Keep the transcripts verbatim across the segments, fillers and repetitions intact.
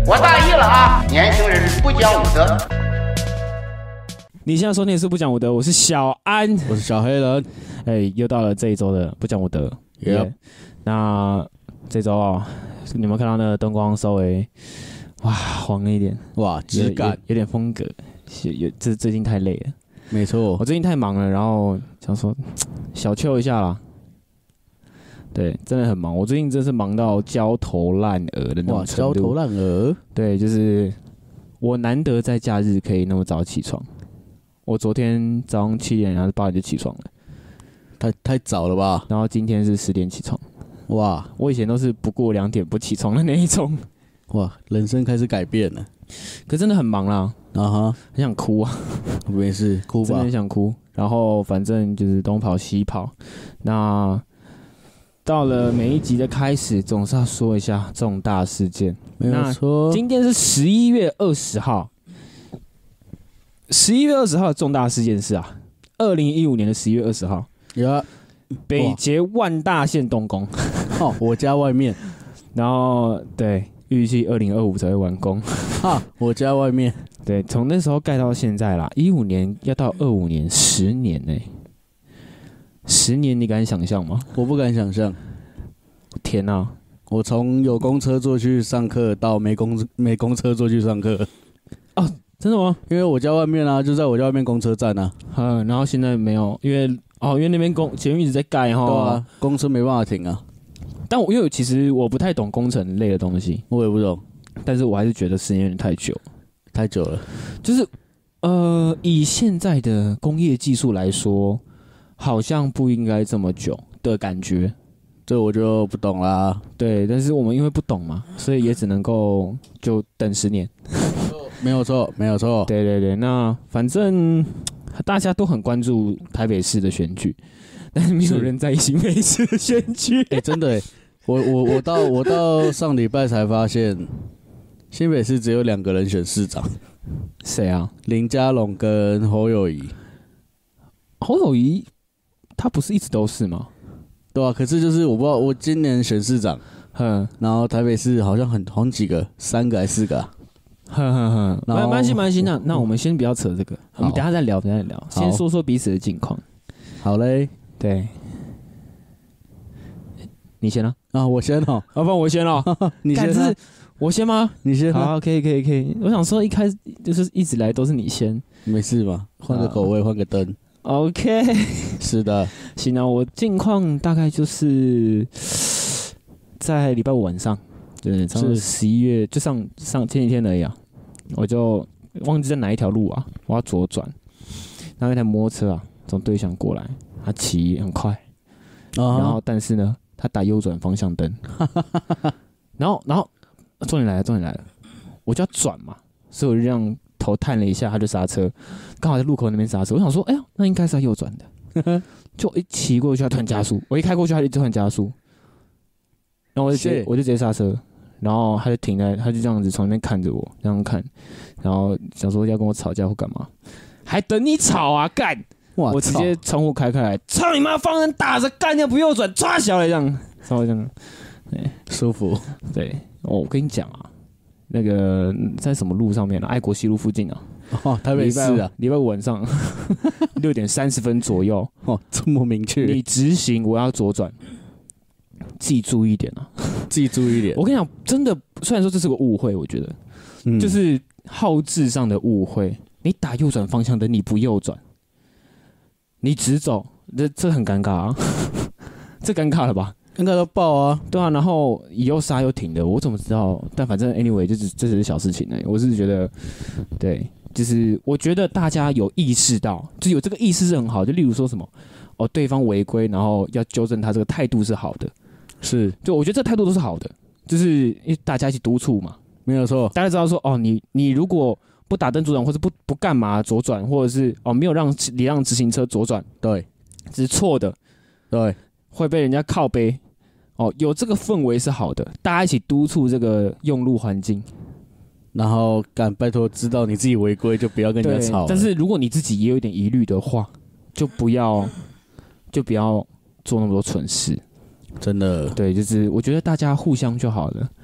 我大意了啊！年轻人不讲武德。 你现在收听的是不讲武德，我是小安， 我是小黑人。 哎，又到了这一周的不讲武德。 Yep. 那这周啊，你有没有看到那个灯光稍微哇黄了一点？ 哇，质感有, 有, 有点风格。有这最近太累了， 没错， 我最近太忙了，然后想说小休一下啦。对，真的很忙。我最近真是忙到焦头烂额的那种程度。 哇，焦头烂额。 对，就是我难得在假日可以那么早起床。我昨天早上七点还是八点就起床了， 太太早了吧？ 然后今天是十点起床。 哇， 我以前都是不过两点不起床的那一种。 哇，人生开始改变了。 可真的很忙啦， 啊哈， 很想哭啊。 没事，哭吧。 真的很想哭。然后反正就是东跑西跑。那到了每一集的开始，总是要说一下重大事件。 没有错。 今天是十一月二十号。十一月二十号的重大事件是啊，二零一五年的十一月二十号， 有北捷万大线动工。 哦，我家外面。 然后对，预计二零二五才会完工。 哈，我家外面。 对，从那时候盖到现在啦，一五年要到二五年，十年呢、欸。十年，你敢想象吗？ 我不敢想象。 天啊！ 我从有公车坐去上课到没公没公车坐去上课。 哦，真的吗？ 因为我家外面啊，就在我家外面公车站啊。 嗯，然后现在没有，因为哦，因为那边公捷运一直在盖哈。 对啊，公车没办法停啊。 但我因为其实我不太懂工程类的东西， 我也不懂， 但是我还是觉得十年有点太久， 太久了。 就是呃，以现在的工业技术来说，好像不应该这么久的感觉。 这我就不懂啦。 对，但是我们因为不懂嘛，所以也只能够就等十年。 没有错，没有错。 对对对，那反正大家都很关注台北市的选举，但是没有人在意新北市的选举。 哎、欸，真的、欸，我我我到我到上礼拜才发现，新北市只有两个人选市长。 谁啊？ 林佳龙跟侯友宜。 侯友宜他不是一直都是吗？ 对啊，可是就是我不知道，我今年选市长，哼，然后台北市好像很好几个，三个还是四个、啊， 哼哼哼，没关系没关系，那那我们先不要扯这个，我们等一下再聊，等一下再聊，先说说彼此的近况。 好嘞， 对，你先啊， 啊，我先哦， 要不然我先哦， 你先、啊， 我先吗？ 你先、啊， 好，可以可以可以。我想说一开始就是一直来都是你先， 没事嘛，换个口味，换、uh, 个灯。 OK， 是的， 行啊，我近况大概就是在礼拜五晚上，对，是十一月就上上前几天而已啊，我就忘记在哪一条路啊，我要左转，然后一台摩托车啊从对向过来，他骑很快， uh-huh. 然后但是呢，他打右转方向灯，然后然后重点来了，重点来了，我就要转嘛，所以我就这样头探了一下，他就刹车，刚好在路口那边刹车。我想说，哎呀，那应该是要右转的。就一骑过去，他突然加速；我一开过去，他就突然加速。然后我就直接，我就直接刹车，然后他就停在，他就这样子从那边看着我，这样看，然后想说要跟我吵架或干嘛，还等你吵啊，干！我直接窗户开开来，操你妈！方向打着干，要不右转，抓小了这样，稍微这样，对， 舒服。 对，哦，我跟你讲啊。那个在什么路上面啊？爱国西路附近啊。 哦，台北市啊， 礼拜五晚上六点三十分左右。 哦，这么明确。 你直行，我要左转，自己注意一点啊， 自己注意一点。 我跟你讲，真的，虽然说这是个误会，我觉得，嗯、就是号志上的误会。你打右转方向灯，你不右转，你直走，这这很尴尬啊，这尴尬了吧？ 尴尬到爆啊！ 对啊，然后又刹又停的，我怎么知道？但反正 anyway， 就只这只是小事情而已。我是觉得，对，就是我觉得大家有意识到，就有这个意识是很好。就例如说什么，哦，对方违规，然后要纠正他，这个态度是好的。 是， 就我觉得这态度都是好的，就是因为大家一起督促嘛， 没有错。 大家知道说，哦，你你如果不打灯左转，或是不不干嘛左转，或者是哦没有让礼让直行车左转， 对， 这是错的， 对， 会被人家靠背。哦，有这个氛围是好的，大家一起督促这个用路环境， 然后敢拜托知道你自己违规就不要跟人家吵。 但是如果你自己也有一点疑虑的话，就不要就不要做那么多蠢事。 真的， 对，就是我觉得大家互相就好了。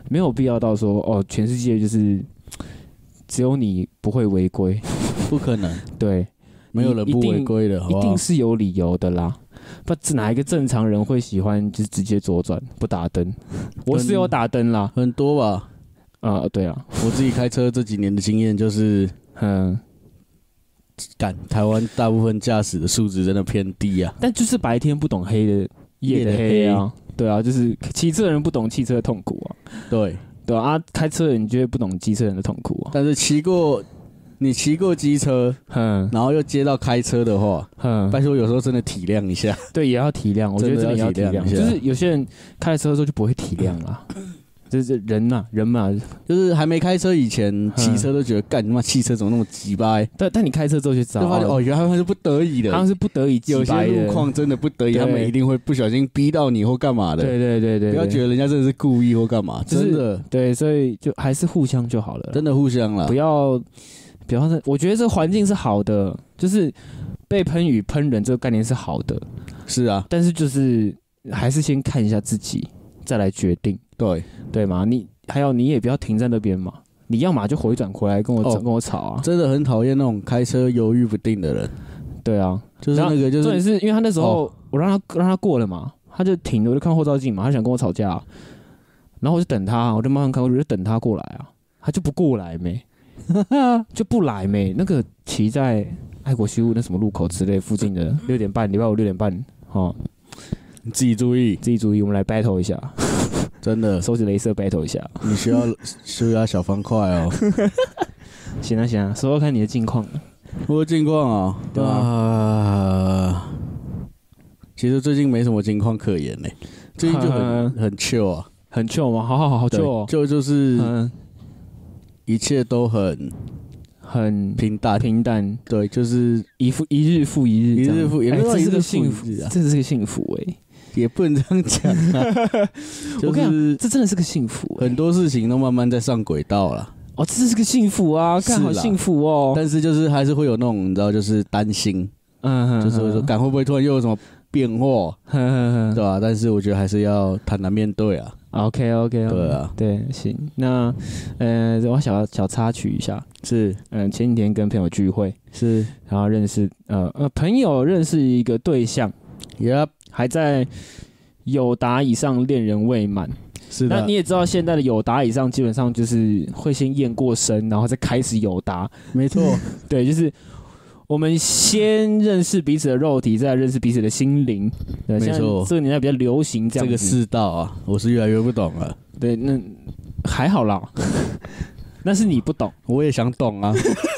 没有必要到说哦，全世界就是只有你不会违规， 不可能， 对， 没有人不违规的，好不好？ 一定是有理由的啦。不，哪一个正常人会喜欢就是直接左转不打灯？我是有打灯啦， 很多吧？ 啊、呃，对啊， 我自己开车这几年的经验就是， 嗯， 干台湾大部分驾驶的素质真的偏低啊。 但就是白天不懂黑的，夜的黑啊，对啊，就是骑车的人不懂汽车的痛苦啊， 对对啊，啊开车的人就会不懂机车人的痛苦啊。 但是骑过。你骑过机车，嗯，然后又接到开车的话，嗯，拜托有时候真的体谅一下， 对，也要体谅，我觉得真的要体谅，就是有些人开车的时候就不会体谅啦，就是人呐、啊，人嘛， 就是还没开车以前骑车都觉得干他妈汽车怎么那么鸡掰， 但但你开车之后就知道， 就发现哦，原来他们是不得已的， 他们是不得已鸡掰的， 有些路况真的不得已，他们一定会不小心逼到你或干嘛的， 对对对对， 不要觉得人家真的是故意或干嘛， 就是、 真的， 对，所以就还是互相就好了， 真的互相啦， 不要。比方说，我觉得这个环境是好的，就是被喷与喷人这个概念是好的， 是啊， 但是就是还是先看一下自己，再来决定， 对对嘛？你还有你也不要停在那边嘛，你要嘛就回转回来跟我、哦、跟我吵啊！ 真的很讨厌那种开车犹豫不定的人。 对啊， 就是那个就是重点是因为他那时候、哦、我让他让他过了嘛，他就停了，我就看后照镜嘛，他想跟我吵架、啊，然后我就等他，我就慢慢看，我就等他过来啊，他就不过来没。就不来没那个骑在爱国西路那什么路口之类附近的六点半，礼拜五六点半，哦， 你自己注意， 自己注意，我们来 battle 一下， 真的， 收集雷射 battle 一下， 你需要需要小方块哦。 行啊行啊，说说看你的近况， 我的近况啊，对吧、啊？其实最近没什么近况可言呢、欸，最近就很很 chill 啊， 很 chill 吗？好好好好 chill 哦， 就就是。嗯一切都很很平淡， 平淡， 对，就是一复一日复一日， 一日复，也没有这是个幸福啊，这是个幸福哎、欸， 也不能这样讲、啊。 我跟你讲，这真的是个幸福、欸， 很多事情都慢慢在上轨道了。 哦，这是个幸福啊，干好幸福哦。 但是就是还是会有那种你知道，就是担心，嗯，就是会说，干会不会突然又有什么变化，对吧、啊？但是我觉得还是要坦然面对啊。 OK OK， 对啊， 对，行，那呃，我小小插曲一下， 是， 嗯、呃，前几天跟朋友聚会， 是， 然后认识，呃呃，朋友认识一个对象 ，Yep， 还在友达以上恋人未满， 是的。 那你也知道，现在的友达以上基本上就是会先验过身，然后再开始友达， 没错， 对，就是。我们先认识彼此的肉体，再来认识彼此的心灵。对，没错，这个年代比较流行这样子。 这个世道啊，我是越来越不懂了。 对，那还好啦，那是你不懂， 我也想懂啊。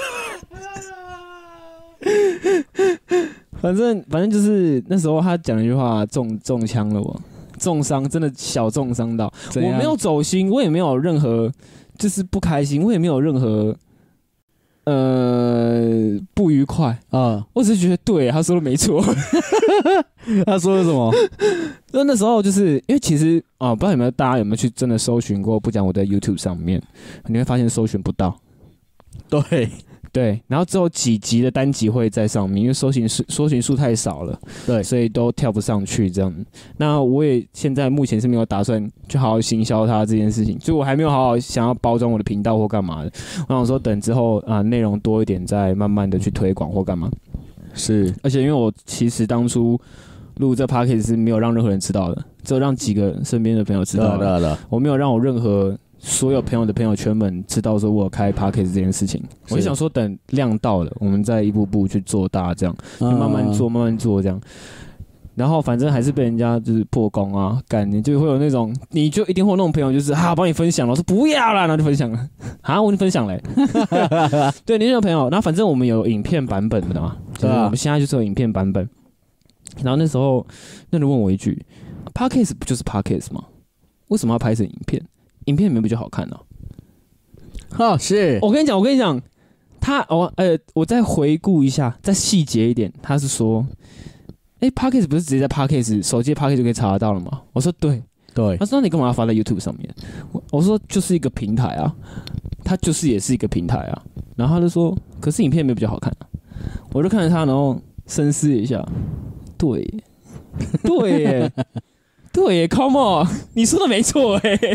反正反正就是那时候他讲了一句话，中中枪了我，重伤，真的小重伤到。我没有走心，我也没有任何就是不开心，我也没有任何。呃，不愉快啊！我只是觉得对，他说的没错。 他说的什么？ 就那时候就是因为其实啊，不知道有没有大家有没有去真的搜寻过？不讲我在 YouTube 上面，你会发现搜寻不到。 对对，然后之后几集的单集会在上面，因为搜寻数搜寻数太少了， 对， 所以都跳不上去这样。那我也现在目前是没有打算去好好行销它这件事情，就我还没有好好想要包装我的频道或干嘛的。我想说等之后啊内容多一点，再慢慢的去推广或干嘛。 是， 而且因为我其实当初录这 podcast 是没有让任何人知道的，只有让几个身边的朋友知道的。 对对对， 我没有让我任何。所有朋友的朋友圈们知道说我有开 podcast 这件事情，我就想说等量到了，我们再一步步去做大，这样就慢慢做，慢慢做这样。然后反正还是被人家就是破功啊，干你就会有那种，你就一定会有那种朋友就是啊，帮你分享了，我说不要啦，然后就分享了，啊，我已经分享了、欸，对，你那种朋友，然后反正我们有影片版本的嘛，就是我们现在就是有影片版本。然后那时候那人问我一句 ，podcast 不就是 podcast 吗？为什么要拍成影片？影片里面不就好看呢、 啊？哦，是。 我跟你讲，我跟你讲，他我呃，我再回顾一下，再细节一点，他是说，哎 ，Podcast 不是直接在 Podcast 手机 Podcast 就可以查得到了吗？我说对， 对。 他说那你干嘛要发在 YouTube 上面？我我说就是一个平台啊，它就是也是一个平台啊。然后他就说，可是影片里面比较好看啊。我就看着他，然后深思一下，对，对耶。对耶 ，Come on， 你说的没错哎。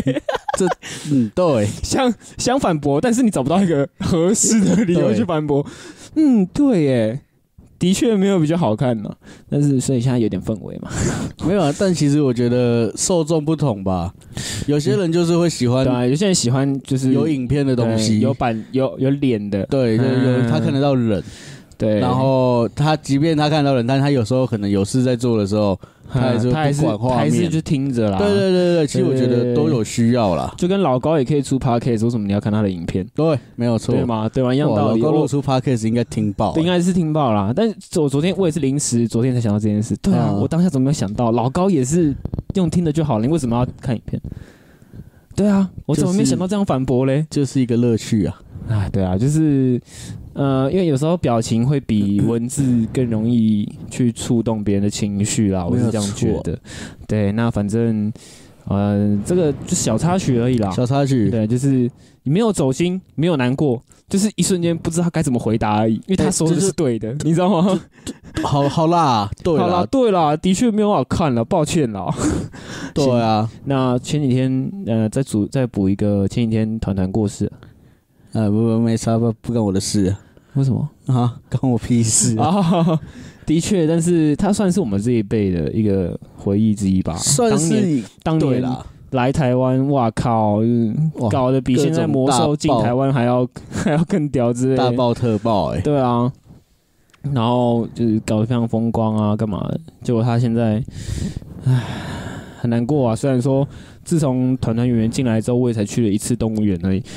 这嗯对， 想想反驳，但是你找不到一个合适的理由去反驳。嗯，对耶。的确没有比较好看呢，但是所以现在有点氛围嘛， 没有啊。但其实我觉得受众不同吧，有些人就是会喜欢， 对啊，有些人喜欢就是有影片的东西， 有版有有脸的， 对，有有他看得到人， 对， 然后他即便他看到人，但他有时候可能有事在做的时候，他还是不管画面， 还是就听着啦。 对对对对，其实我觉得都有需要啦。 就跟老高也可以出 podcast， 为什么你要看他的影片？ 对，没有错， 对吗？对吧？一样道理。 老高露出 podcast 应该听爆， 应该是听爆啦。但是我昨天我也是临时，昨天才想到这件事。对啊，嗯、我当下怎么没有想到？老高也是用听的就好了，你为什么要看影片？对啊，我怎么没想到这样反驳嘞？ 就是一个乐趣啊！ 哎，对啊，就是呃，因为有时候表情会比文字更容易去触动别人的情绪啦，我是这样觉得。对，那反正呃，这个就小插曲而已啦， 小插曲。 对，就是你没有走心，没有难过，就是一瞬間不知道该怎麼回答而已，因為他說的是對的，你知道嗎？ 好好啦，對啦， 好啦，對啦，的確沒有好看了，抱歉啦。 對啊， 那前幾天呃再補再補一個，前幾天團團過世， 呃不不沒差，不不關我的事。 為什麼啊？關我屁事啊！ 啊的確，但是他算是我們這一輩的一個回憶之一吧。 算是當年啦。來台灣，哇靠，搞得比現在魔獸進台灣還要還要更屌之類的， 大爆特爆哎、欸！ 對啊，然後就是搞得非常風光啊，幹嘛的？結果他現在，唉，很難過啊。雖然說自從團團圓圓進來之後，我也才去了一次動物園而已。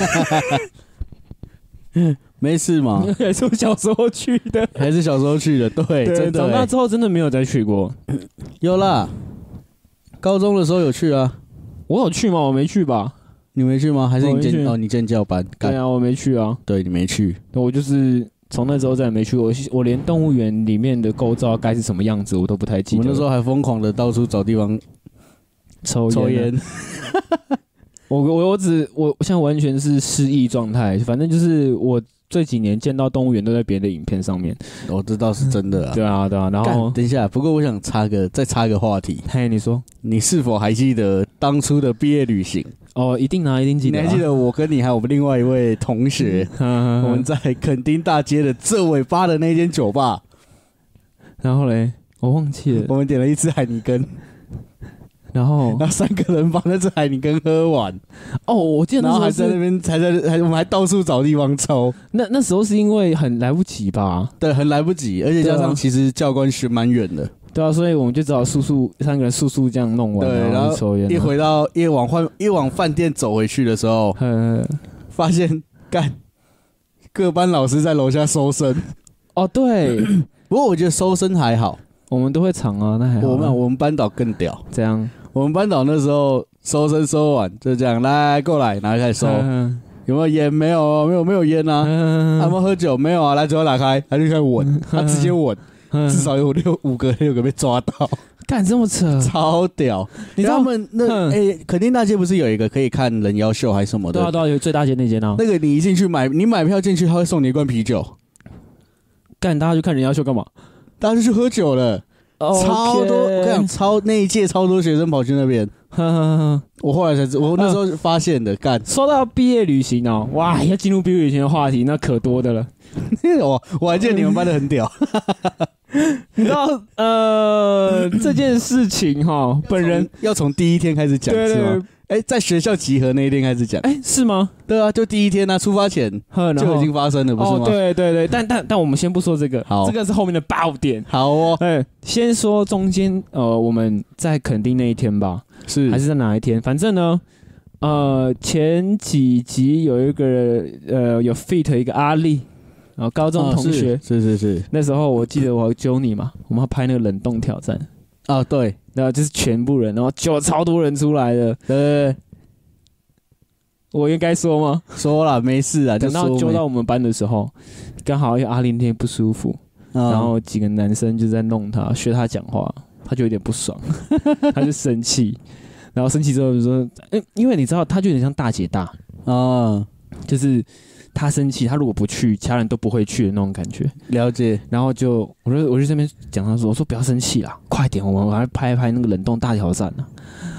沒事嘛？ 還是我小時候去的， 還是小時候去的，對， 對真的、欸。 長大之後真的沒有再去過。 有啦，高中的時候有去啊。 我有去嗎？我沒去吧。你沒去嗎？還是你建哦？你建教班？ 對啊，我沒去啊。 對，你沒去。 我就是從那之後再也沒去過。我我連動物園裡面的構造該是什麼樣子，我都不太記得。 我們那時候還瘋狂的到處找地方抽抽煙。 我我我只我現在完全是失憶狀態，反正就是我這幾年見到動物園都在別人的影片上面。 我知道是真的啊。 對啊對啊，然後等一下，不過我想插個再插個話題。 嘿，你說， 你是否還記得當初的畢業旅行？ 哦，一定啊，一定記得、啊。 你還記得我跟你還有我們另外一位同學，我們在墾丁大街的最尾巴的那間酒吧。 然後嘞，我忘記了。 我們點了一支海尼根。 然後， 然後三個人把那支海尼根喝完。 哦，我記得那時候還在那邊，還在，還我們還到處找地方抽。 那那時候是因為很來不及吧？ 對，很來不及，而且加上其實教官是蠻遠的。 對啊，所以我們就只好速速三個人速速這樣弄完， 對，然後抽煙。一回到一往換一往飯店走回去的時候，發現幹各班老師在樓下收身。 哦，對， 不過我覺得收身還好， 我們都會藏啊，那還好。 我們我們班導更屌， 這樣。 我們班導那時候收身收完就這樣，來過來，然後開始收，有沒有煙？沒有，沒有，沒有煙啊。有沒有喝酒？沒有啊。來，嘴巴打開，他就開始聞，他直接聞，至少有六五個六個被抓到， 幹這麼扯， 超屌！你知道他們那誒，墾丁大街不是有一個可以看人妖秀還是什麼的？ 對啊對啊，有最大間那間啊。 那個你一進去買，你買票進去，他會送你一罐啤酒。 幹，大家去看人妖秀幹嘛？ 大家就去喝酒了。Okay. 超多，我跟你講，超那一屆超多學生跑去那邊。我後來才知，我那時候發現的。幹，說到畢業旅行哦，哇，要進入畢業旅行的話題，那可多的了。 我我還記得你們班的很屌。 你知道，呃，這件事情哈，本人要從第一天開始講，是嗎？哎、欸，在學校集合那一天開始講，哎、 欸，是嗎？ 對啊，就第一天啊，出發前就已經發生了，不是嗎？ 哦，對對對，但但但我們先不說這個， 好， 這個是後面的爆點。 好哦， 哎，先說中間，呃，我們在墾丁那一天吧， 是還是在哪一天？反正呢，呃，前幾集有一個呃有 feat 一個阿力，然後高中同學， 哦、是是是，是， 那時候我記得我要揪你嘛，我們要拍那個冷凍挑戰。 啊、哦，對， 然後就是全部人，然後就超多人出來的，對對對，我應該說嗎？ 說啦，沒事啊。 等到揪到我們班的時候，剛好因為阿林那天不舒服、嗯，然後幾個男生就在弄他，學他講話，他就有點不爽，他就生氣，然後生氣之後就說，因為你知道，他就有點像大姐大啊，就是他生氣，他如果不去，其他人都不會去的那種感覺。了解。然後就，我就我就這邊講他說，我說不要生氣啦，快點，我們來拍一拍那個冷凍大挑戰啊。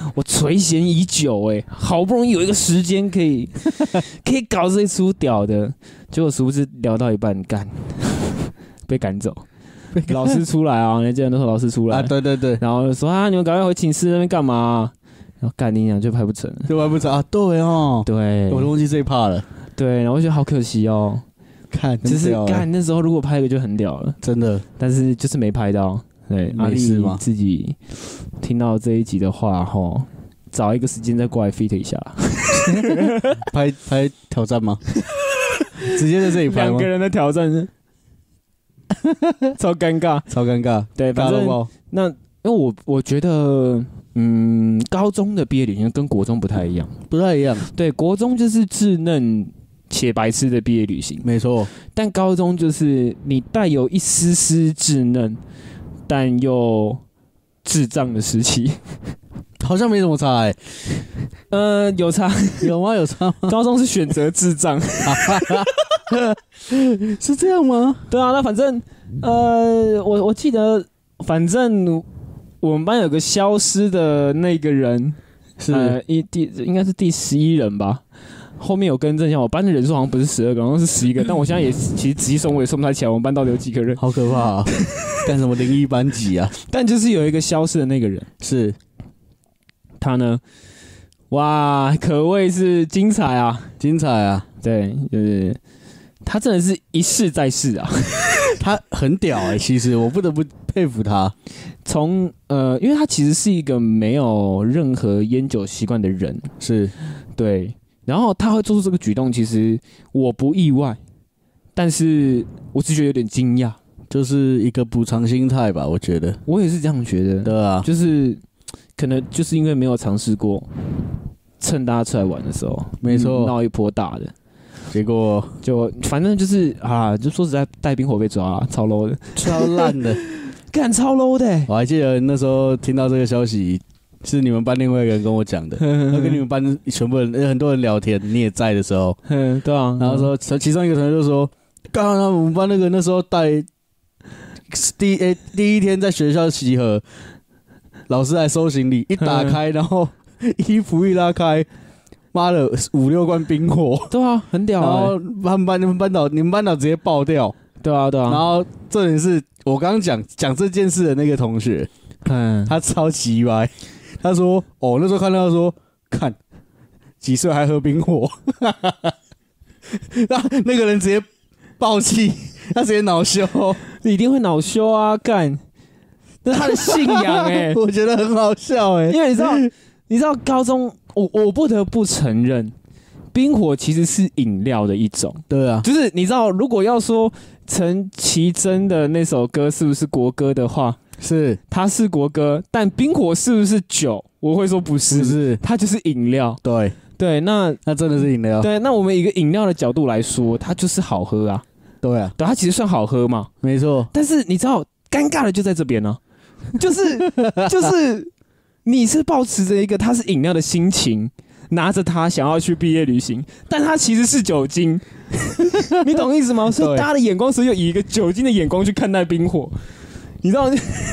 我垂涎已久哎、欸，好不容易有一个时间可以可以搞这一出屌的，结果殊不知聊到一半干被赶走。老师出来啊，你记得那时候老师出来啊，对对对， 然后就说啊，你们赶快回寝室那边干嘛、啊？然后干你娘就拍不成， 就拍不成啊，对哦， 对， 我都忘记这一趴了， 对，然后我觉得好可惜哦， 看， 就是干那时候如果拍一个就很屌了， 真的， 但是就是没拍到，对， 没事吗？ 自己听到这一集的话吼，找一个时间再过来 fit 一下， 拍拍挑战吗？直接在这里拍吗？ 两个人的挑战。超尴尬， 超尴尬。 对，反正那因为我我觉得，嗯，高中的毕业旅行跟国中不太一样， 不太一样。 对，国中就是稚嫩且白痴的毕业旅行， 没错。但高中就是你带有一丝丝稚嫩，但又智障的时期。 好像没什么差哎、欸， 呃，有差， 有吗？有差吗？ 高中是选择智障， 是这样吗？ 对啊，那反正呃，我我记得，反正我们班有个消失的那个人， 是、 呃、一第应该是第十一人吧。后面有更正一下，我班的人数好像不是十二个，好像是十一个。但我现在也其实仔细算我也算不太起来，我们班到底有几个人？ 好可怕啊！干什么灵异班级啊？ 但就是有一个消失的那个人， 是。 他呢？哇，可谓是精彩啊！ 精彩啊！ 对，就是他真的是一试再试啊！ 他很屌哎、欸，其实我不得不佩服他。 从呃，因为他其实是一个没有任何烟酒习惯的人， 是对。然后他会做出这个举动，其实我不意外，但是我只觉得有点惊讶， 就是一个补偿心态吧，我觉得。 我也是这样觉得。 对啊， 就是。可能就是因为没有尝试过，趁大家出来玩的时候， 没错， 闹一波大的， 结果就反正就是啊，就说实在，带兵火被抓了，超 low 的， 超烂的， 干超 low 的、欸。 我还记得那时候听到这个消息，是你们班另外一个人跟我讲的，他跟你们班全部人很多人聊天，你也在的时候， 对啊， 然后说其中一个同学就说，刚刚我们班那个那时候带第诶第一天在学校集合。老师来收行李，一打开，然后衣服一拉开，妈的五六罐冰火， 对啊，很屌、欸。 然后他们班、你们班导、你们班导直接爆掉， 对啊，对啊。 然后重点是我刚刚讲讲这件事的那个同学，嗯，他超级歪，他说：“哦，那时候看到他说，看几岁还喝冰火，那那个人直接爆气，他直接恼羞， 一定会恼羞啊，干。”这是他的信仰哎、欸， 我觉得很好笑哎、欸， 因为你知道，你知道高中，我我不得不承认，冰火其实是饮料的一种。 对啊， 就是你知道，如果要说陈绮贞的那首歌是不是国歌的话， 是它是国歌，但冰火是不是酒？我会说不是， 不是， 它就是饮料。 对对，那那真的是饮料。 对，那我们以一个饮料的角度来说，它就是好喝啊。 对啊， 对，它其实算好喝嘛， 没错。 但是你知道，尴尬的就在这边呢、啊。就是就是，你是抱持着一个它是饮料的心情，拿着它想要去毕业旅行，但它其实是酒精，你懂意思吗？所以大家的眼光是又以一个酒精的眼光去看待冰火，你知道？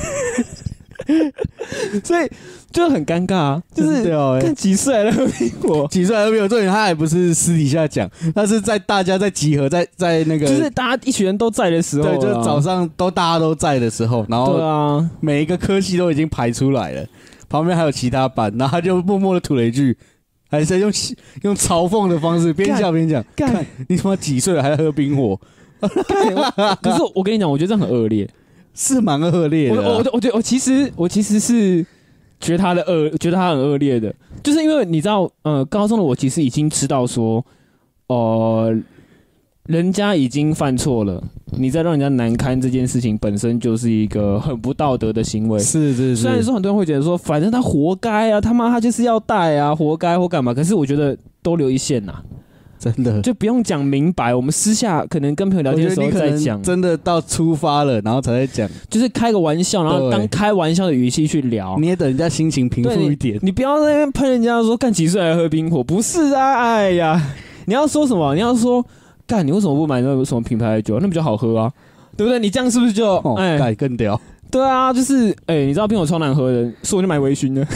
所以就很尴尬啊，就是看几岁还在喝冰火， 几岁还喝冰火，重点他还不是私底下讲，他是在大家在集合在在那个， 就是大家一群人都在的时候， 对，就早上都大家都在的时候，然后对啊， 每一个科系都已经排出来了，旁边还有其他班，然后他就默默的吐了一句，还是用用嘲讽的方式边笑边讲，看你他妈几岁了还在喝冰火， 可是我跟你讲，我觉得这很恶劣。 是蛮恶劣的、啊， 我我我觉得我其实我其实是觉得他的恶，觉得他很恶劣的，就是因为你知道，呃，高中的我其实已经知道说，哦、呃，人家已经犯错了，你再让人家难堪这件事情本身就是一个很不道德的行为。 是是是， 虽然说很多人会觉得说，反正他活该啊，他妈他就是要带啊，活该或干嘛，可是我觉得都留一线呐、啊。 真的就不用讲明白，我们私下可能跟朋友聊天的时候再讲。 真的到出发了，然后才在讲， 就是开个玩笑，然后当开玩笑的语气去聊， 你也等人家心情平复一点。 你, 你不要在那边喷人家说干几岁还喝冰火，不是啊？哎呀，你要说什么？你要说干，你为什么不买那什么品牌的酒？那比较好喝啊，对不对？你这样是不是就哦、哎更屌？ 对啊，就是哎、欸，你知道冰酒超难喝的，所以我就买微醺了。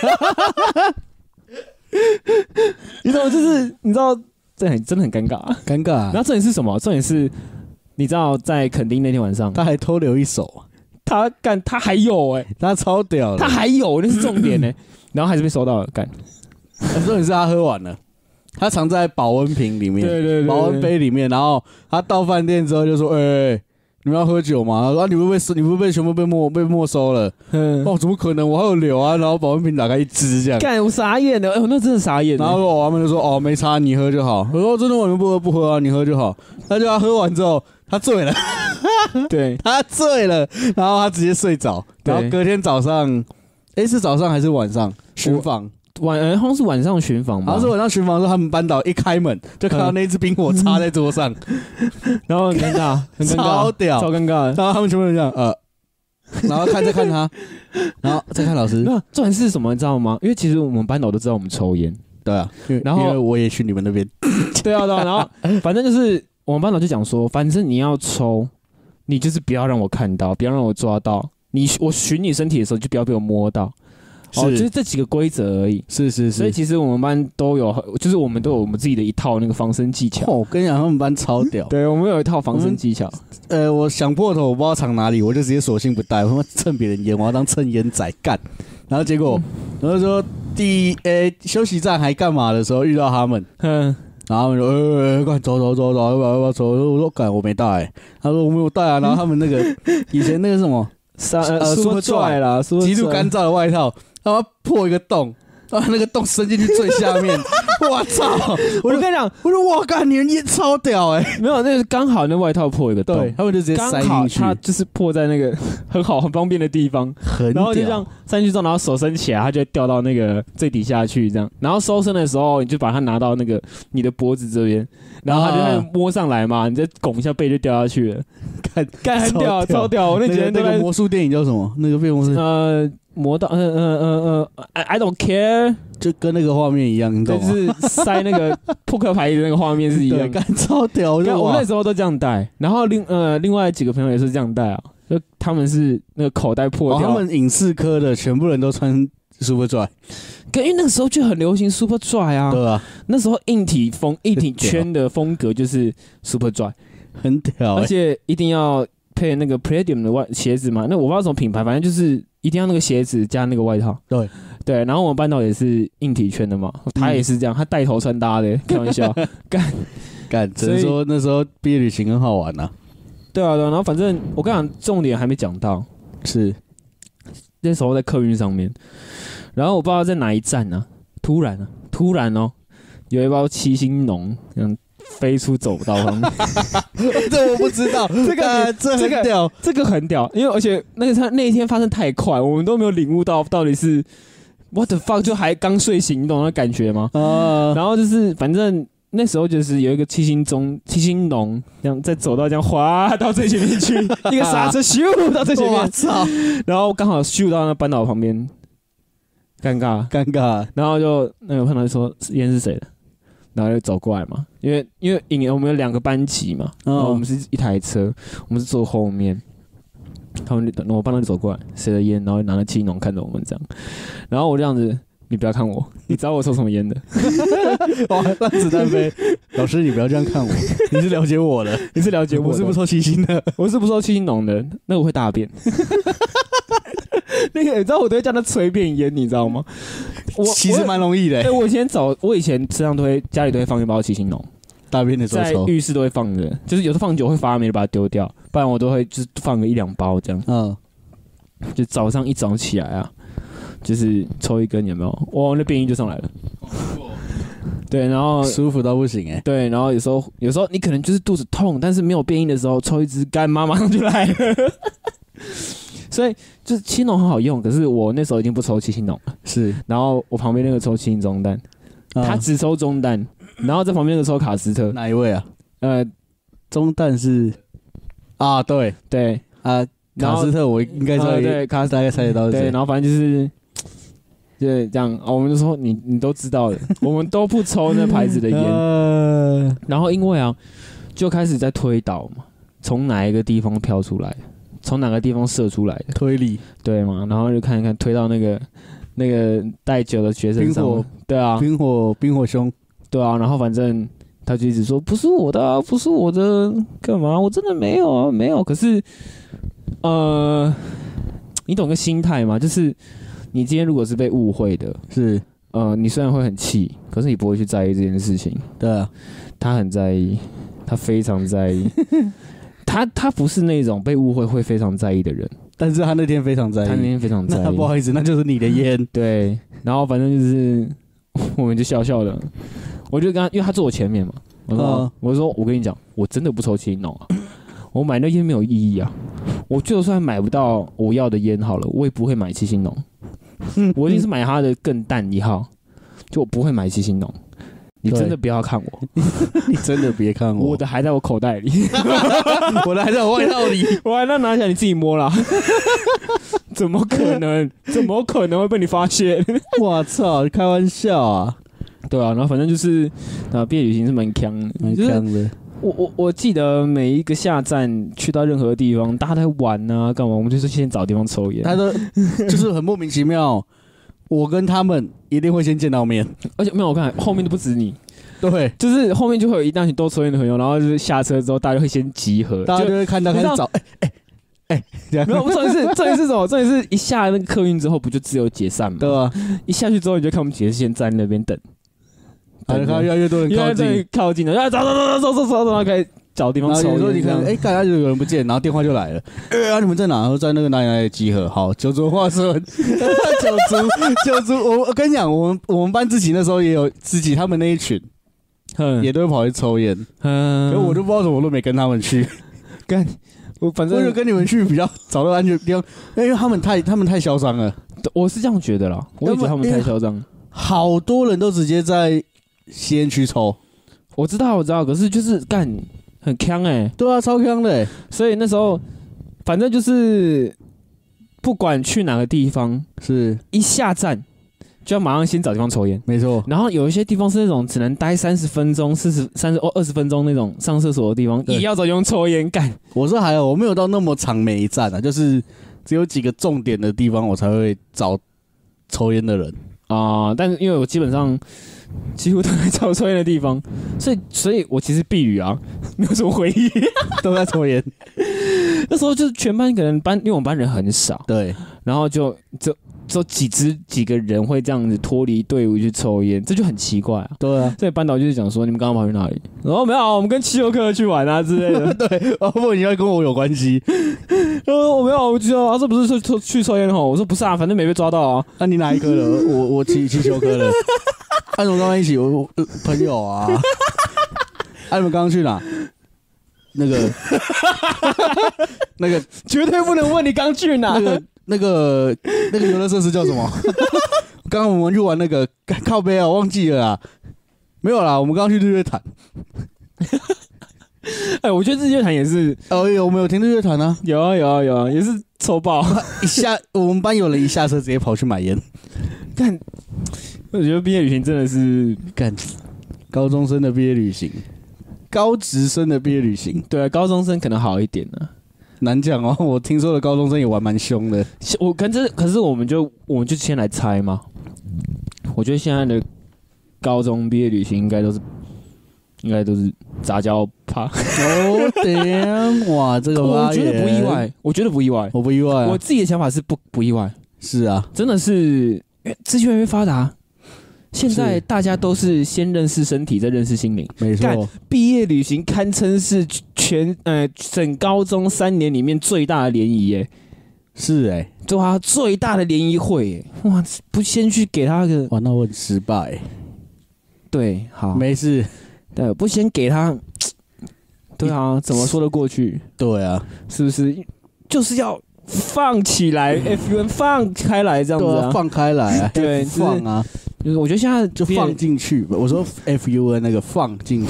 你知道，就是你知道，这很真的很尴尬、啊， 尴尬、啊。 然后重点是什么？重点是，你知道在垦丁那天晚上， 他还偷留一手， 他干他还有哎、欸， 他超屌的， 他还有那是重点呢、欸，然后还是被收到了干。 重点是他喝完了。他藏在保温瓶里面， 对对 对, 对， 保温杯里面。然后他到饭店之后就说：“哎、欸欸，你们要喝酒吗？”他说：“啊、你们被你们被全部被没被没收了。”哦，怎么可能？我还有留啊！然后保温瓶打开一支这样， 干我傻眼了，哎、欸，我那真的傻眼。 然后我他们就说：“哦，没差，你喝就好。”我说：“真的，我们不喝不喝啊，你喝就好。”他就他喝完之后，他醉了， 对， 他醉了，然后他直接睡着。然后隔天早上，哎、欸，是早上还是晚上巡访？ 晚呃，好像是晚上巡访吧。 好像是晚上巡访的时候，他们班导一开门就看到那只冰火插在桌上， 然后很尴尬，很尴尬， 超屌， 超尴尬。 然後他們全部人這樣，呃，然後看再看他，然後再看老師。 那重點是什麼？你知道嗎？因為其實我們班導都知道我們抽煙， 對啊。 然後因為我也去你們那邊， 對啊對啊。然後反正就是我們班導就講說，反正你要抽，你就是不要讓我看到，不要讓我抓到。你我尋你身體的時候，就不要被我摸到。哦，就是這幾個規則而已。 是是是， 所以其實我們班都有，就是我們都有我們自己的一套那個防身技巧。 哦，我跟你講，他們班超屌。 對，我們有一套防身技巧。 呃，我想破頭，我不知道藏哪裡，我就直接索性不帶，我他媽蹭別人煙，我要當蹭煙仔幹。然後結果，然後說第誒、欸、休息站還幹嘛的時候遇到他們，嗯，然後他們說，呃，快走走走走，要不要要不要走？我說幹，我沒帶、欸。他說我沒有帶啊。然後他們那個以前那個什麼， 呃，Super Dry啦， 極度乾燥的外套。然後破一個洞，然後那個洞伸進去最下面，我操！我就跟你講，我說哇幹，你的煙超屌哎、欸！ 沒有，那個剛好那外套破一個洞， 他們就直接塞進去， 它就是破在那個很好很方便的地方， 很然後就這樣塞進去之後，然後手伸起來，它就會掉到那個最底下去，這樣。然後收身的時候，你就把它拿到那個你的脖子這邊，然後它就會摸上來嘛，你再拱一下背就掉下去了。幹幹很屌，超屌！我那幾天那個魔術電影叫什麼？那個變魔術呃。魔道，嗯嗯嗯嗯 ，I I don't care， 就跟那個畫面一樣，你懂嗎？ 就是塞那個撲克牌的那個畫面是一樣， 幹超屌！我我那時候都這樣帶，然後另呃另外幾個朋友也是這樣帶啊，就他們是那個口袋破掉， 哦、他們影視科的全部人都穿 Super Dry， 因為那個時候就很流行 Super Dry 啊， 對啊， 那時候硬體風硬體圈的風格就是 Super Dry， 很屌、欸， 而且一定要配那個 Palladium 的外鞋子嘛，那我不知道什麼品牌，反正就是。一定要那個鞋子加那個外套， 對對，然後我們班導也是硬體圈的嘛，他也是這樣，他帶頭穿搭的，開玩笑，幹幹，只能說那時候畢業旅行很好玩啊。 對啊，對啊，然後反正我跟你講，重點還沒講到， 是那時候在客運上面，然後我不知道在哪一站啊，突然啊，突然哦，有一包七星濃，嗯。飛出走道方面， 這我不知道。這個、呃、這很屌， 這個很屌，因為而且那個他那一天發生太快，我們都沒有領悟到到底是 what the fuck， 就還剛睡醒，你懂那感覺嗎？啊、然後就是反正那時候就是有一個七星中七星龍，這樣在走道這樣滑到最前面去，一個剎車咻到最前面，我操！然後剛好咻到那班導旁邊，尷尬尷尬， 然後就那個班導就說煙是誰的？然後就走過來嘛，因為因為影我們有兩個班級嘛，然後我們是一台車，我們是坐後面，他們就我班導就走過來，塞了煙，然後拿着氣濃看着我們這樣，然後我這樣子，你不要看我，你知道我抽什麼煙的？ 哇，讓子彈飛！老師你不要這樣看我，你是了解我的， 你是了解我的， 我是不抽七星的， 我是不抽七星濃的，那我會大便。那個你知道我都會叫他隨便煙，你知道嗎？我其實蠻容易的、欸。 對，我以前早，我以前身上都會家裡都會放一包七星濃， 大便的時候抽， 在浴室都會放着，就是有時候放久會發霉，就把它丟掉，不然我都會就是放個一兩包這樣。嗯，就早上一早起來啊，就是抽一根，有沒有？哇，那便意就上來了。對，然後舒服到不行哎、欸。 對，然後有時候有時候你可能就是肚子痛，但是沒有便意的時候，抽一支乾媽馬上就來了。所以就是七星濃很好用，可是我那時候已經不抽七星濃了。 是， 然後我旁邊那個抽七星中彈，嗯、他只抽中彈，然後在旁邊那個抽卡斯特。 哪一位啊？呃，中彈是啊，對對啊，卡斯特我應該猜、呃，對，卡斯特大概猜得到是誰。 對，然後反正就是就是這樣，我們就說你你都知道的，我們都不抽那牌子的煙。呃、然後因為啊，就開始在推導嘛，從哪一個地方飄出來。 从哪个地方射出来的推理， 对嘛？然后就看一看推到那个那个带酒的学生上，对啊， 冰火冰火兄， 对啊，然后反正他就一直说不是我的、啊，不是我的，干嘛？我真的没有啊，没有。可是，呃，你懂个心态吗？就是你今天如果是被误会的， 是。 呃，你虽然会很气，可是你不会去在意这件事情。 对啊， 他很在意，他非常在意。他他不是那种被误会会非常在意的人， 但是他那天非常在意， 他那天非常在意。 那不好意思，那就是你的烟。 对，然后反正就是我们就笑笑的，我就跟他，因为他坐我前面嘛，我说、呃、我说我跟你讲，我真的不抽青农啊，我买那烟没有意义啊，我就算买不到我要的烟好了，我也不会买七星农。我一定是买他的更淡一号，就我不会买七星农。你真的不要看我， 你真的别看我， 我的还在我口袋里， 我的还在我外套里， 我还能拿起来你自己摸啦。怎么可能？怎么可能会被你发现？ 我操！开玩笑啊！ 对啊，然后反正就是啊，毕业旅行是蛮强的， 蛮强的。就是我我我记得每一个下站去到任何地方，大家在玩啊，干嘛？我们就是先找地方抽烟。 他都就是很莫名其妙，我跟他们一定会先见到面， 而且没有我看后面都不止你， 对， 就是后面就会有一大群都抽烟的朋友，然后就是下车之后大家会先集合， 大家就会看到开始找，哎哎哎， 没有，重点是重点是什么？重点是一下那个客运之后，不就自由解散吗？ 对啊， 一下去之后你就看我们几个先站在那边等。 看越来越多人靠近， 靠近了，要走走走走走走走，然后开始找地方抽烟。 有时候你看，哎，大家就有人不见，然后电话就来了，哎、啊，你们在哪？说在那个哪里哪里集合？好，九族话说，九族九族，我我跟你讲，我们我们班自己那时候也有自己他们那一群，也都会跑去抽烟，嗯，可我就不知道怎么我都没跟他们去， 干，我反正我就跟你们去比较找到安全地方，因为他们太他们太嚣张了， 我是这样觉得啦，我也觉得他们太嚣张， 好多人都直接在吸烟区抽， 我知道我知道，可是就是干很呛哎、欸， 对啊，超呛的、欸， 所以那时候反正就是不管去哪个地方， 是一下站就要马上先找地方抽烟， 没错。 然后有一些地方是那种只能待三十分钟、四十、三十哦二十分钟那种上厕所的地方，也要找地方抽烟干。 我说还有，我没有到那么长每一站啊，就是只有几个重点的地方我才会找抽烟的人啊、呃。但是因为我基本上几乎都在找抽烟的地方，所以所以我其实避雨啊，没有什么回忆， 都在抽烟。 那时候就是全班可能班，因为我们班人很少， 对， 然后就就。只有几只几个人会这样子脱离队伍去抽烟，这就很奇怪啊。 对啊， 所以班导就是讲说，你们刚刚跑去哪里？然后没有，我们跟汽油课去玩啊之类的。 对，哦不，你要跟我有关系。 然后我没有，我就说啊，这不是去去抽烟吼？我说不是啊，反正没被抓到啊。 那、啊、你哪一科的？我我汽汽修科的。按什么刚刚一起？我我、呃、朋友啊。按、啊、你们刚刚去哪？那个那个绝对不能问你刚去哪。 那个。那个那个游乐设施叫什么？刚刚我们去玩那个靠背啊，我忘记了啦。没有啦，我们刚刚去日月潭。 哎，我觉得日月潭也是， 哦有，我们有听日月潭啊， 有啊有啊有啊，也是抽爆。 一下我们班有人一下车直接跑去买烟。 干，我觉得毕业旅行真的是干，高中生的毕业旅行，高职生的毕业旅行， 对啊，高中生可能好一点呢、啊。 难讲哦，我听说的高中生也玩蛮凶的。 我可是可是我们就我们就先来猜嘛。我觉得现在的高中毕业旅行应该都是应该都是杂交趴。 哦damn，哇，这个我觉得不意外，我觉得不意外， 我不意外、啊。 我自己的想法是不不意外。 是啊， 真的是资讯越来越发达。现在大家都是先认识身体，再认识心灵。 没错， 毕业旅行堪称是全呃整高中三年里面最大的联谊耶。 是哎、欸， 对啊，最大的联谊会耶，哇！不先去给他个， 哇，那我很失败。 对，好， 没事， 对，不先给他，对啊，怎么说得过去？ 对啊， 是不是？就是要放起来 ，F U N 放开来这样子、啊啊，放开来啊， 对， 放啊。 就是我觉得现在就放进去吧。我说 F U N 那个放进去，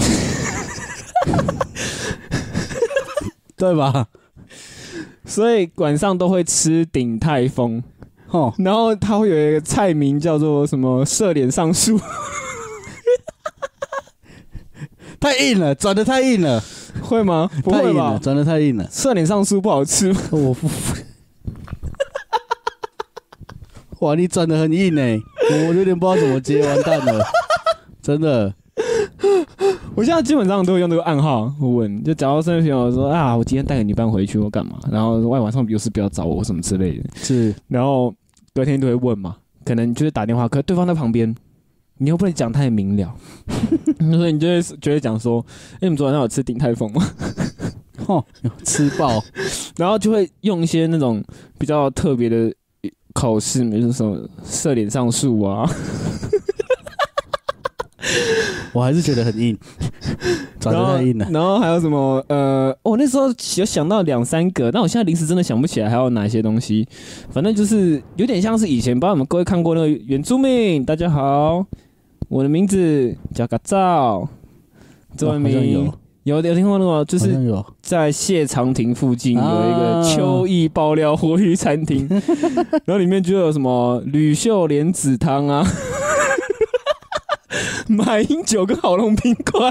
对吧？ 所以晚上都会吃鼎泰丰，哦，然后它会有一个菜名叫做什么射脸上树， 太硬了，转得太硬了。 会吗？不会吧？ 转的太硬了， 射脸上书不好吃吗？ 我不。哇，你转的很硬哎、欸，我有点不知道怎么接，完蛋了，真的。 我现在基本上都会用这个暗号问，就假如身边朋友说啊，我今天带个女伴回去，我干嘛？然后外晚上有事不要找我什么之类的。 是， 然后隔天都会问嘛，可能就是打电话，可对方在旁边，你又不能讲太明了，所以你就会就会讲说，哎、欸，你们昨晚上有吃鼎泰丰吗？ 哦，吃爆， 然后就会用一些那种比较特别的口试，比如说什么射脸上树啊。 我还是觉得很硬，转得太硬了。 然后还有什么？呃，我、哦、那时候有想到两三个，但我现在临时真的想不起来还有哪些东西。反正就是有点像是以前，不知道你们各位看过那个原住民。大家好，我的名字叫嘎造，中文名有有有听过那个？就是在谢长廷附近有一个秋意爆料活鱼餐厅，然后里面就有什么吕秀莲子汤啊。马英九跟郝龙冰块，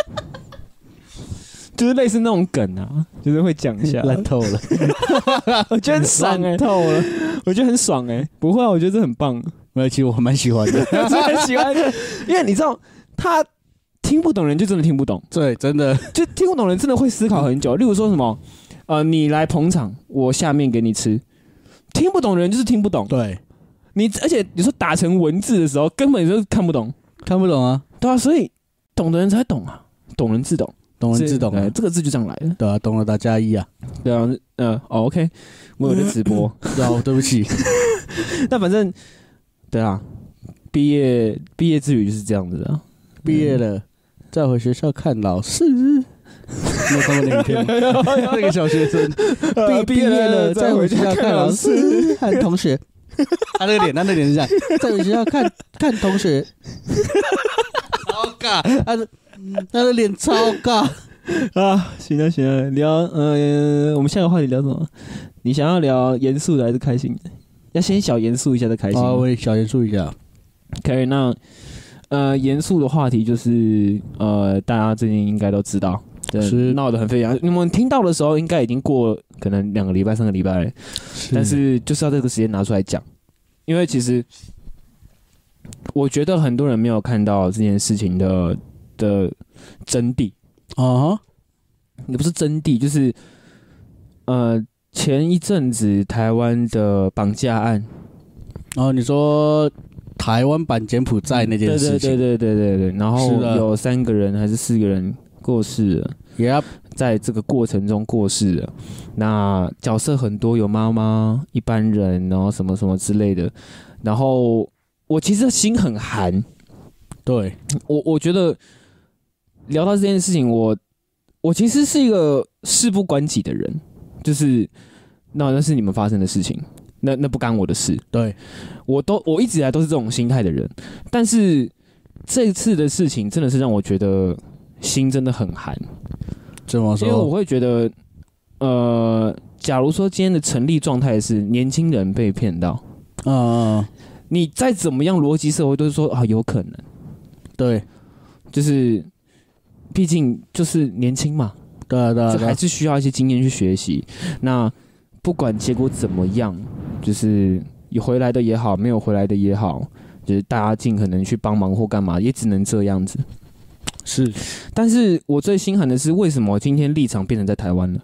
就是类似那种梗啊，就是会讲一下。 烂透了， 我觉得很爽哎、欸， 透了， 我觉得很爽哎、欸。不会啊，我觉得这很棒。 没有，其实我蛮喜欢的， 很喜欢，因为你知道他听不懂人就真的听不懂， 对，真的就听不懂人真的会思考很久。例如说什么，呃，你来捧场，我下面给你吃，听不懂的人就是听不懂。 对， 你而且你说打成文字的时候，根本就看不懂。 看不懂啊， 对啊，所以懂的人才懂啊，懂人自懂， 懂人自懂啊， 这个字就这样来的。 对啊，懂了大家一啊， 对啊，呃，哦 ，OK， 我有在直播， 哦，对不起， 那反正，对啊，毕业毕业之旅就是这样子的， 毕业了，再回学校看老师。你有看过那影片吗？那个小学生毕毕业了，再回学校看老师和同学。他那个脸，他那个脸是这样，在学校看看同学，超尬，他的他的脸超尬啊！行了行了，聊呃，我们下个话题聊什么？你想要聊严肃的还是开心的？要先小严肃一下再开心。 啊，我也小严肃一下。 可以，那呃，严肃的话题就是呃，大家最近应该都知道，是闹得很沸扬。你们听到的时候，应该已经过可能两个礼拜、三个礼拜了，但是就是要这个时间拿出来讲。因为其实我觉得很多人没有看到这件事情的的真谛啊， 也不是真谛，就是呃前一阵子台湾的绑架案。 哦，你说台湾版柬埔寨那件事情？ 对对对对对对对。然后有三个人还是四个人过世了。 Yep， 在这个过程中过世了，那角色很多，有妈妈、一般人，然后什么什么之类的。然后我其实心很寒， 对我我觉得聊到这件事情，我我其实是一个事不关己的人，就是那那是你们发生的事情，那那不干我的事。 对， 我都我一直以来都是这种心态的人，但是这次的事情真的是让我觉得心真的很寒。 怎么说？ 因为我会觉得，呃，假如说今天的成立状态是年轻人被骗到， 嗯， 你再怎么样逻辑社会都是说啊有可能， 对， 就是毕竟就是年轻嘛， 对啊对啊， 就还是需要一些经验去学习。那不管结果怎么样，就是有回来的也好，没有回来的也好，就是大家尽可能去帮忙或干嘛，也只能这样子。 是， 但是我最心寒的是，为什么今天立场变成在台湾了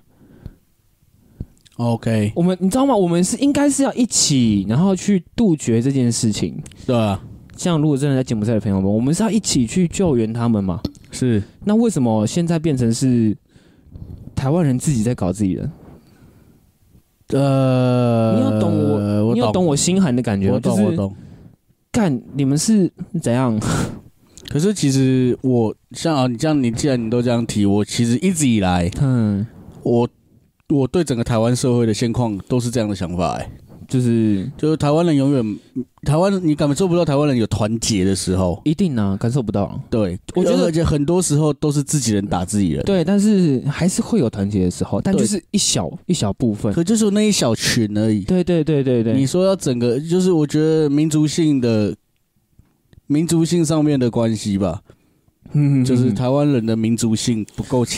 ？OK， 我们你知道吗？我们是应该是要一起，然后去杜绝这件事情。 对啊， 像如果真的在柬埔寨的朋友们，我们是要一起去救援他们嘛？ 是。 那为什么现在变成是台湾人自己在搞自己人？ 呃， 你要懂我， 我你要懂我心寒的感觉吗？ 我懂， 就是、 我懂。 干，你们是怎样？ 可是其实我像啊，你这样，你既然你都这样提，我其实一直以来，嗯，我我对整个台湾社会的现况都是这样的想法、欸，哎， 就是就是台湾人永远，台湾你感受不到台湾人有团结的时候， 一定啊，感受不到。 对，我觉得而且很多时候都是自己人打自己人， 对，但是还是会有团结的时候，但就是一小一小部分， 可就是那一小群而已。 对对对对对， 你说要整个，就是我觉得民族性的。民族性上面的关系吧，嗯，就是台湾人的民族性不够强，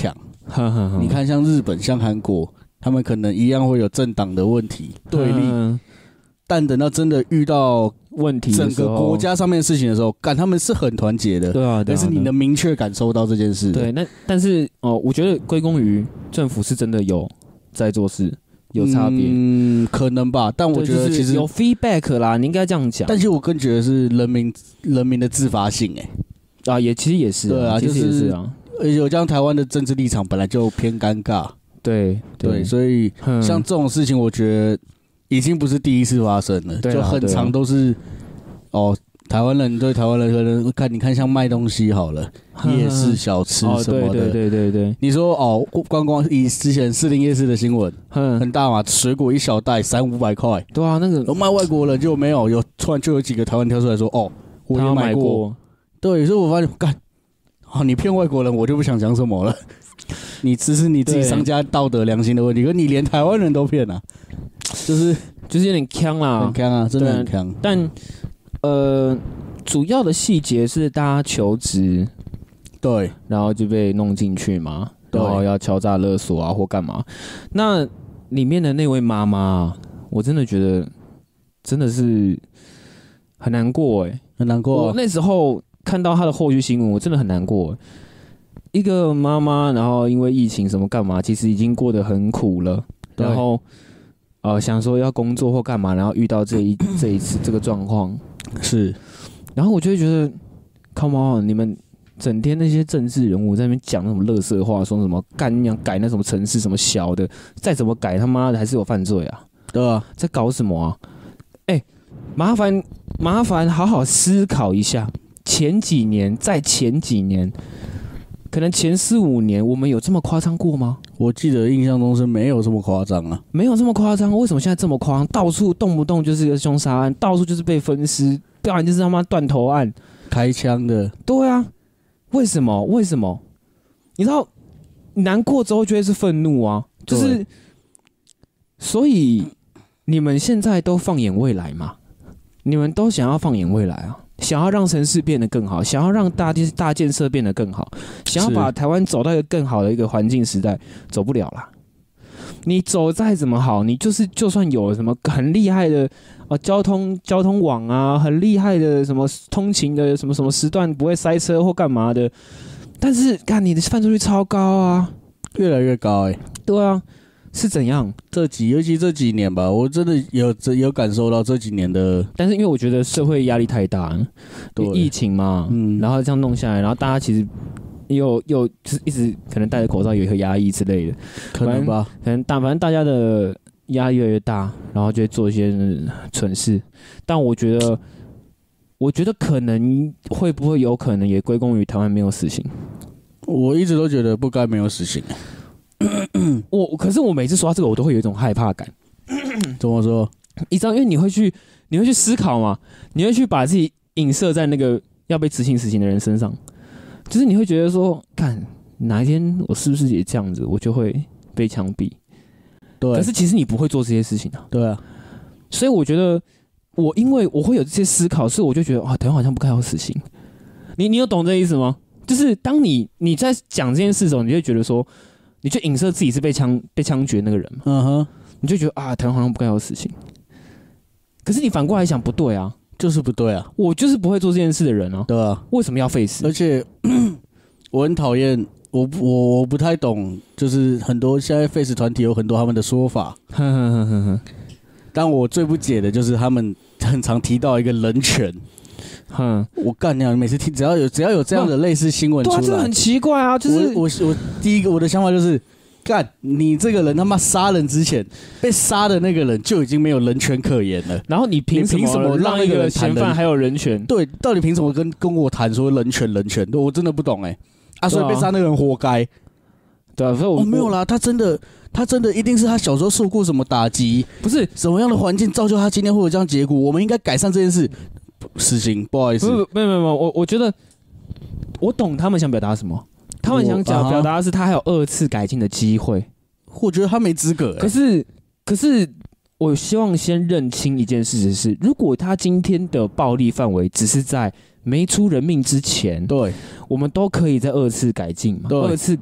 你看像日本、像韩国，他们可能一样会有政党的问题对立，但等到真的遇到问题， 整个国家上面的事情的时候，干他们是很团结的， 对啊， 但是你能明确感受到这件事。 对，那但是哦，我觉得归功于政府是真的有在做事。有差别， 嗯，可能吧，但我觉得其实有 feedback 啦，你应该这样讲。 但其实我更觉得是人民人民的自发性、欸，哎， 啊，也其实也是、啊， 对啊， 其实也是啊。 而且有这样台湾的政治立场本来就偏尴尬， 对 对, 对，所以像这种事情，我觉得已经不是第一次发生了，就很常都是哦。台湾人对台湾人可能看，你看像卖东西好了，夜市小吃什么的， 哦、对对对对对。 你说哦，观光以之前士林夜市的新闻，很大嘛，水果一小袋三五百块， 对啊，那个卖外国人就没有，有突然就有几个台湾挑出来说，哦，我也买 过, 过，对，所以我发现干，哦，你骗外国人，我就不想讲什么了，你只是你自己商家道德良心的问题，可你连台湾人都骗啊，就是就是有点呛啦， 很呛啊，真的很呛， 但。呃，主要的细节是大家求职， 对， 然后就被弄进去嘛，然后要敲诈勒索啊或干嘛。那里面的那位妈妈，我真的觉得真的是很难过哎、欸， 很难过、啊。 我那时候看到她的后续新闻，我真的很难过、欸。一个妈妈，然后因为疫情什么干嘛，其实已经过得很苦了，然后呃想说要工作或干嘛，然后遇到这一这一次这个状况。 是， 然后我就会觉得 ，Come on， 你们整天那些政治人物在那边讲那种垃圾话，说什么干你娘改那什么城市什么小的，再怎么改他妈的还是有犯罪啊， 对啊， 在搞什么啊？哎、欸，麻烦麻烦好好思考一下，前几年在前几年，可能前四五年，我们有这么夸张过吗？ 我记得印象中是没有这么夸张啊， 没有这么夸张。为什么现在这么夸张？到处动不动就是一个凶杀案，到处就是被分尸，不然就是他妈断头案、 开枪的。 对啊，为什么？为什么？你知道，难过之后就会是愤怒啊，就是，所以你们现在都放眼未来嘛？你们都想要放眼未来啊？想要让城市变得更好，想要让大大建设变得更好，想要把台湾走到一个更好的一个环境时代，走不了啦。你走再怎么好，你就是就算有什么很厉害的呃交通交通网啊，很厉害的什么通勤的什么什么时段不会塞车或干嘛的，但是看你的犯罪率超高啊， 越来越高哎、欸。 对啊。是怎样？ 这几尤其这几年吧，我真的有有感受到这几年的。 但是因为我觉得社会压力太大，对疫情嘛，嗯，然后这样弄下来，然后大家其实又又就是一直可能戴着口罩，也会压抑之类的， 可能吧？ 可能大反正大家的压力越来越大，然后就会做一些蠢事。但我觉得，我觉得可能会不会有可能也归功于台湾没有死刑？ 我一直都觉得不该没有死刑。 我可是我每次说到这个，我都会有一种害怕感。 怎么说？ 你知道，因为你会去，你会去思考嘛，你会去把自己影射在那个要被执行死刑的人身上，就是你会觉得说，看哪一天我是不是也这样子，我就会被枪毙。对。可是其实你不会做这些事情啊。 对啊。 所以我觉得，我因为我会有这些思考，所以我就觉得啊，台湾好像不该有死刑。你你有懂这意思吗？就是当你你在讲这件事的时候，你就会觉得说。你就影射自己是被枪被枪决那个人嘛，嗯哼，你就觉得啊，台湾好像不该有死刑。可是你反过来想，不对啊， 就是不对啊， 我就是不会做这件事的人啊， 对啊， 为什么要废死？ 而且我很讨厌，我我我不太懂，就是很多现在废死团体有很多他们的说法，呵呵呵呵呵，但我最不解的就是他们很常提到一个人权。哼，我干娘每次听只要有只要有这样的类似新闻出来， 对啊，这很奇怪啊！就是我我我第一个我的想法就是，干你这个人他妈杀人之前被杀的那个人就已经没有人权可言了， 然后你凭什么让一个嫌犯还有人权？ 对，到底凭什么跟跟我谈说人权人权？我真的不懂哎、欸、啊！所以被杀那个人活该。 对啊，所以我、 哦、没有啦，他真的他真的一定是他小时候受过什么打击， 不是什么样的环境造就他今天会有这样结果？我们应该改善这件事。死刑，不好意思， 不不，没有没有没有，我我觉得我懂他们想表达什么，他们想讲表达的是他还有二次改进的机会， 我觉得他没资格、欸。 可是可是，我希望先认清一件事实是，如果他今天的暴力范围只是在没出人命之前， 对， 我们都可以在二次改进嘛，二次改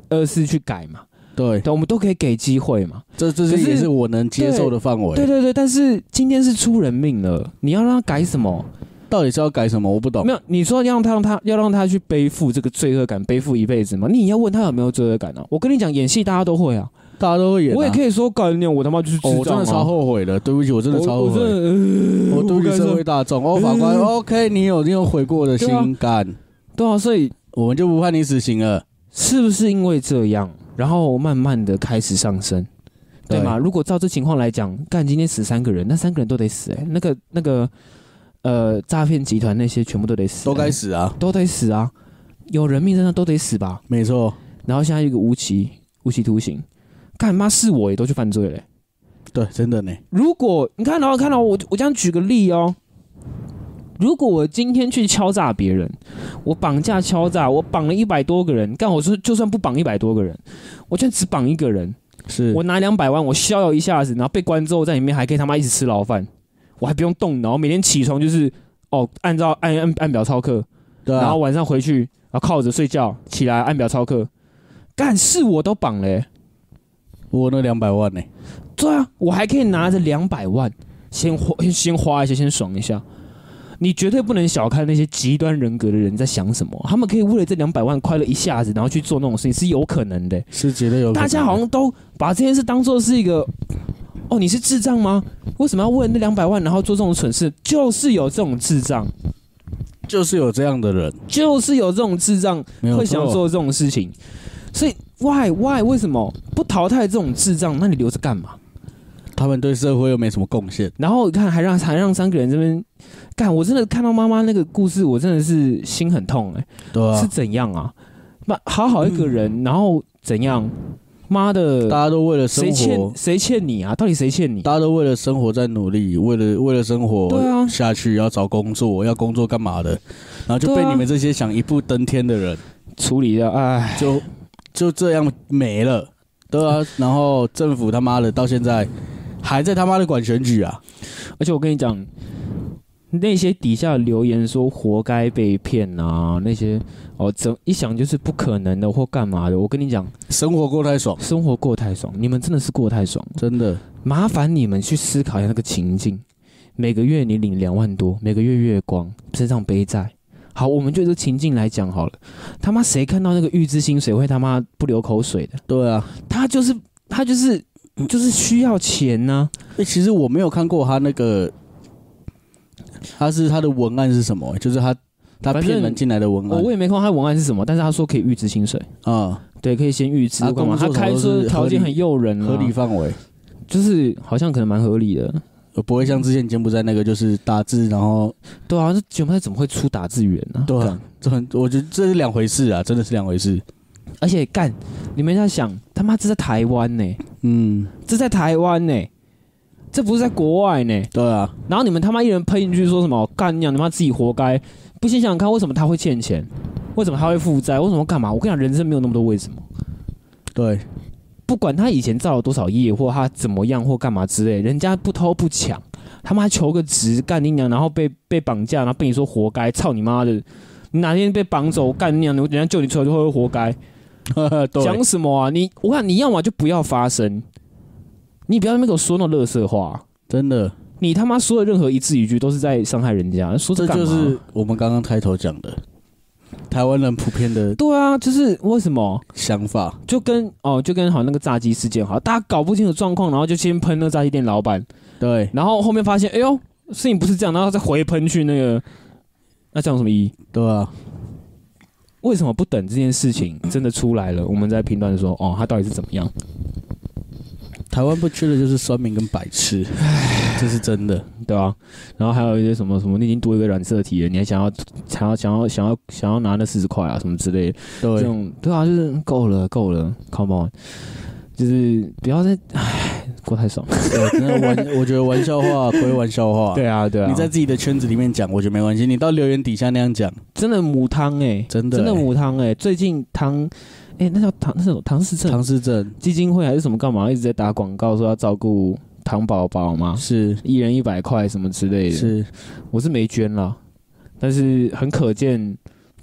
二次去改嘛。 对， 我们都可以给机会嘛， 这这是也是我能接受的范围。 对对对，但是今天是出人命了，你要让他改什么？ 到底是要改什么？我不懂。 没有，你说要让他让他要让他去背负这个罪恶感，背负一辈子吗？你也要问他有没有罪恶感啊？我跟你讲，演戏大家都会啊， 大家都会演、啊。 我也可以说，干你我他妈就是智障、啊哦， 我真的超后悔的，对不起，我真的超后悔。我, 我, 呃、 我对不起社会大众。哦，法官、呃、，OK， 你有你有悔过的心肝。 对啊，对啊，所以我们就不判你死刑了。 是不是因为这样？然后慢慢的开始上升，对吗？如果照这情况来讲，干今天死三个人，那三个人都得死哎、欸，那个那个呃诈骗集团那些全部都得死、欸， 都该死啊， 都得死啊，有人命身上都得死吧？ 没错。 然后现在一个无期无期徒刑，干妈是我也都去犯罪嘞、欸， 对，真的呢。 如果你看到看到我我这样举个例哦。如果我今天去敲诈别人，我绑架敲诈，我绑了一百多个人，干我说就算不绑一百多个人，我就只绑一个人， 是我拿两百万，我逍遥一下子，然后被关之后在里面还可以他妈一直吃牢饭，我还不用动脑，每天起床就是哦按照按按按表操课， 对、啊， 然后晚上回去然后靠着睡觉，起来按表操课，干是我都绑了、欸， 我那两百万呢、欸？ 对啊，我还可以拿着两百万先花先花一下，先爽一下。你绝对不能小看那些极端人格的人在想什么，他们可以为了这两百万快乐一下子，然后去做那种事情，是有可能的、欸， 是绝对有可能的。 大家好像都把这件事当作是一个，哦，你是智障吗？为什么要为了那两百万然后做这种蠢事？就是有这种智障， 就是有这样的人， 就是有这种智障会想做这种事情。所以 why why 为什么不淘汰这种智障？那你留着干嘛？ 他们对社会又没什么贡献， 然后看还让还让三个人这边干，我真的看到妈妈那个故事，我真的是心很痛哎、欸。 对啊， 是怎样啊？好好一个人，嗯、然后怎样？妈的， 大家都为了生活， 谁欠谁欠你啊？到底谁欠你？ 大家都为了生活在努力，为了为了生活下去，要找工作，要工作干嘛的？然后就被你们这些想一步登天的人处理掉，哎， 就就这样没了，对啊。然后政府他妈的到现在。还在他妈的管选举啊！ 而且我跟你讲，那些底下留言说活该被骗啊，那些哦，怎一想就是不可能的或干嘛的。我跟你讲， 生活过太爽， 生活过太爽，你们真的是过太爽， 真的。 麻烦你们去思考一下那个情境：每个月你领两万多，每个月月光，身上背债。好，我们就这情境来讲好了。他妈谁看到那个预支薪水会他妈不流口水的？ 对啊， 他就是他就是。就是需要钱呢、啊欸。其实我没有看过他那个，他是他的文案是什么？就是他他骗人进来的文案。 我也没看过他文案是什么，但是他说可以预支薪水啊、嗯，对，可以先预支。干嘛？他开车条件很诱人、啊， 合理范围， 就是好像可能蛮合理的。 不会像之前柬埔寨那个，就是打字，然后对啊，这柬埔寨怎么会出打字员呢、啊？ 对啊，这很，我觉得这是两回事啊，真的是两回事。 而且干，你们在想，他妈这在台湾呢、欸，嗯，这在台湾呢、欸，这不是在国外呢、欸。 对啊， 然后你们他妈一人喷进去说什么干你娘，你妈自己活该，不先想想看为什么他会欠钱，为什么他会负债，为什么干嘛？我跟你讲，人生没有那么多为什么。 对， 不管他以前造了多少业，或他怎么样或干嘛之类，人家不偷不抢，他妈求个职干你娘，然后被被绑架，然后被你说活该，操你妈的！你哪天被绑走干你娘，人家救你出来就会活该。讲什么啊？你我看你要么就不要发声，你不要在那边给我说那种垃圾话， 真的。 你他妈说的任何一字一句都是在伤害人家，说这干嘛？ 这就是我们刚刚开头讲的，台湾人普遍的对啊，就是为什么想法， 就跟哦，就跟好那个炸鸡事件好，大家搞不清楚状况，然后就先喷那个炸鸡店老板， 对， 然后后面发现，哎呦，事情不是这样，然后再回喷去那个，那这样有什么意义？ 对啊。 为什么不等这件事情真的出来了，我们再评断说，哦，他到底是怎么样？ 台湾不缺的就是酸民跟白痴，这是真的， 对吧、啊？然后还有一些什么什么，你已经读一个染色体了，你还想要想要想要想要想要拿那四十块啊什么之类的， 对， 这种对啊，就是够了够了 ，come on， 就是不要再唉。过太爽， 对，真的玩，我觉得玩笑话归玩笑话， 对啊，对啊， 你在自己的圈子里面讲，我觉得没关系。你到留言底下那样讲， 真的母汤哎、欸， 真的、欸、 真的母汤哎、欸。最近唐，哎、欸，那叫唐，那种唐氏症， 唐氏症基金会还是什么干嘛，一直在打广告说要照顾唐宝宝嘛， 是一人一百块什么之类的。 是， 我是没捐啦，但是很可见。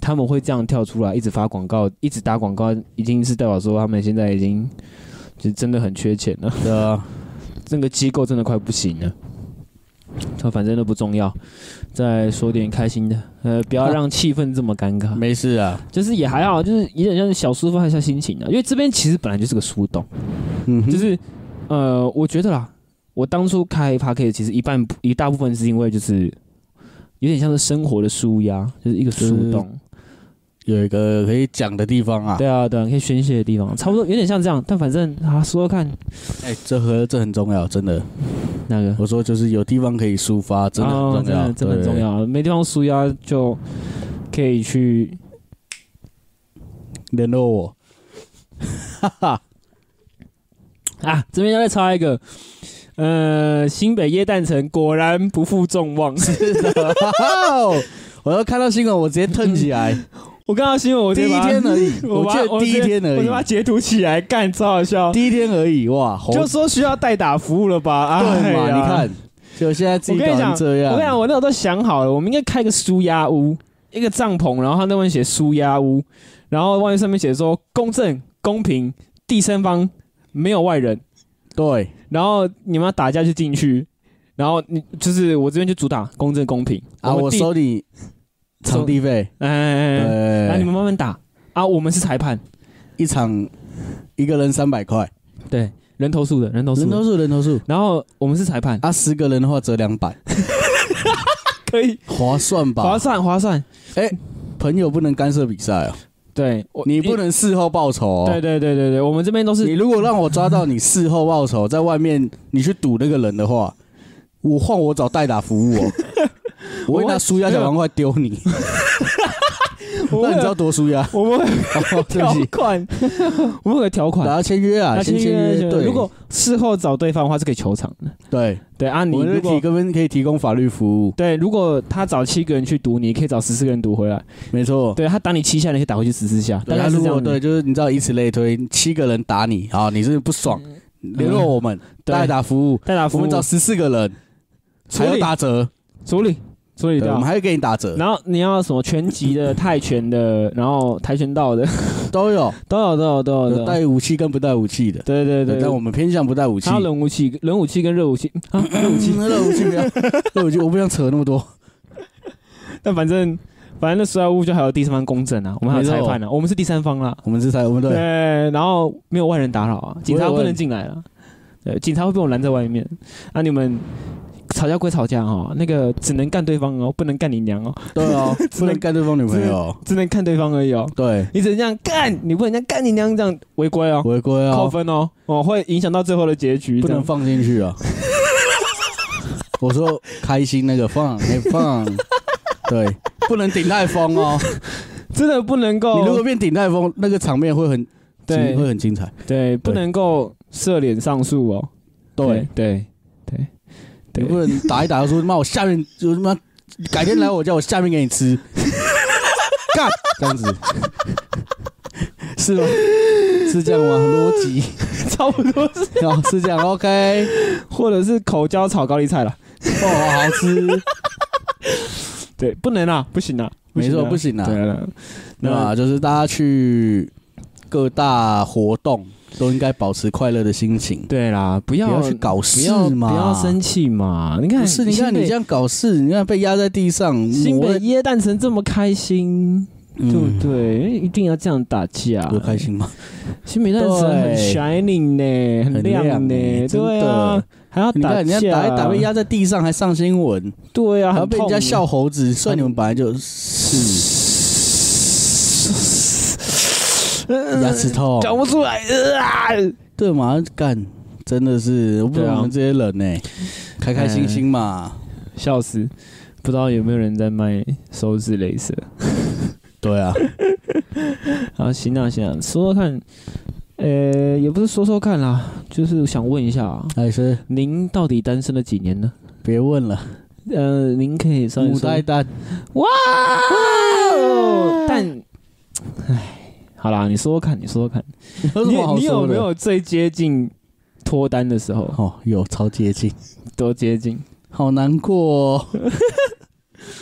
他们会这样跳出来，一直发广告，一直打广告，已经是代表说他们现在已经就真的很缺钱了。对啊，这个机构真的快不行了。反正都不重要，再说点开心的，呃，不要让气氛这么尴尬。 没事啊， 就是也还好，就是有点像小抒发一下心情啊。因为这边其实本来就是个树洞，嗯，就是呃，我觉得啦，我当初开 Podcast 其实一半一大部分是因为就是有点像是生活的抒压，就是一个树洞。 有一个可以讲的地方啊， 对啊，对啊，可以宣泄的地方，差不多有点像这样。但反正啊，说说看， 哎、欸，这和这很重要，真的。 那个？ 我说就是有地方可以抒发，真的很重要， 哦、真的真的很重要。没地方抒压就可以去联络我。哈哈。 啊，这边要再插一个，呃，新北耶诞城果然不负众望。 是的。我要看到新闻，我直接腾起来。 我看到新闻，我第一天而已，我记得第一天而已， 我就把它截图起来，干超好笑。 第一天而已，哇！ 就说需要代打服务了吧？ 对嘛？你看，就现在自己搞成这样。 我跟你讲，我那时候都想好了，我们应该开个舒压屋，一个帐篷，然后他那边写舒压屋，然后外面上面写说公正、公平，第三方没有外人。 对， 然后你们要打架就进去，然后你就是我这边就主打公正公平啊，我收你。场地费， 哎哎哎，然后你们慢慢打啊，我们是裁判， 一场一个人三百块， 对，人头数的，人头数， 人头数，人头数， 然后我们是裁判， 啊，十个人的话折两百， 可以， 划算吧？ 划算，划算。 哎，朋友不能干涉比赛哦， 对， 你不能事后报仇哦。 对对对对对，我们这边都是， 你如果让我抓到你事后报仇，在外面你去赌那个人的话，我换我找代打服务哦。我会拿舒压小方块丢你，那你知道多舒压？ 我们会条款，我们会条款， 然后签约啊，先签约。对， 如果事后找对方的话，是可以求偿的。 对对啊，你如果提可以提供法律服务。 对，如果他找七个人去赌，你可以找十四个人赌回来。 没错， 对他打你七下，你可以打回去十四下。大概是这样。 对，就是你知道，以此类推，七个人打你，好，你是不爽，联络我们代打服务， 代打服务， 我们找十四个人，还有打折处理。处理掉， 我们还会给你打折。 然后你要什么拳击的、泰拳的，然后跆拳道的都有， 都有，都有，都有。 有带武器跟不带武器的。 对对对， 但我们偏向不带武器。 还有冷武器、冷武器跟热武器啊，热武器、 热武器不要，热武器我不想扯那么多。 但反正反正那十二屋就还有第三方公正啊，我们还有裁判啊，我们是第三方啦， 我们是裁，我们对。 对，然后没有外人打扰啊，警察不能进来了。对，警察会被我拦在外面。啊，你们。吵架归吵架哈，那个只能干对方哦，不能干你娘哦。 对哦，不能干对方女朋友， 只能看对方而已哦。 对， 你只能这样干，你不能这样干你娘这样违规哦， 违规哦， 扣分哦，哦会影响到最后的结局， 不能放进去啊。我说开心那个放，没放，对，不能顶太疯哦， 真的不能够。 你如果变顶太疯，那个场面会很，对，会很精彩。 对，不能够射脸上树哦。对对对。 你不能打一打就说妈我下面就他妈改天来我家我下面给你吃，干这样子是吗？是这样吗？逻辑差不多是这样， 是这样 OK， 或者是口交炒高丽菜啦， 哦好好吃， 对，不能啊，不行啊， 没错不行啊， 对啊， 那就是大家去各大活动。都应该保持快乐的心情。 对啦，不要不要去搞事嘛， 不要生气嘛。你看， 不是你看你这样搞事，你看被压在地上， 新北耶诞城这么开心，对不对？一定要这样打架， 多开心吗？ 新北耶诞城很 shining 呢，很亮呢，对啊，还要打架， 你看人家打一打被压在地上还上新闻， 对啊， 还要被人家笑猴子，算你们本来就是牙齿痛， 讲不出来啊！ 对嘛，干，真的是，我不懂我们这些人呢、欸，开开心心嘛， 笑死！不知道有没有人在卖手指雷射？ 对啊， 好，行啊，行啊，说说看，呃，也不是说说看啦，就是想问一下啊， 还是您到底单身了几年呢？ 别问了， 呃，您可以稍微说。 母胎单， 哇！但，唉。好啦，你说说看，你说说看， 你你有没有最接近脱单的时候？ 哦，有超接近， 多接近， 好难过、哦。 哎、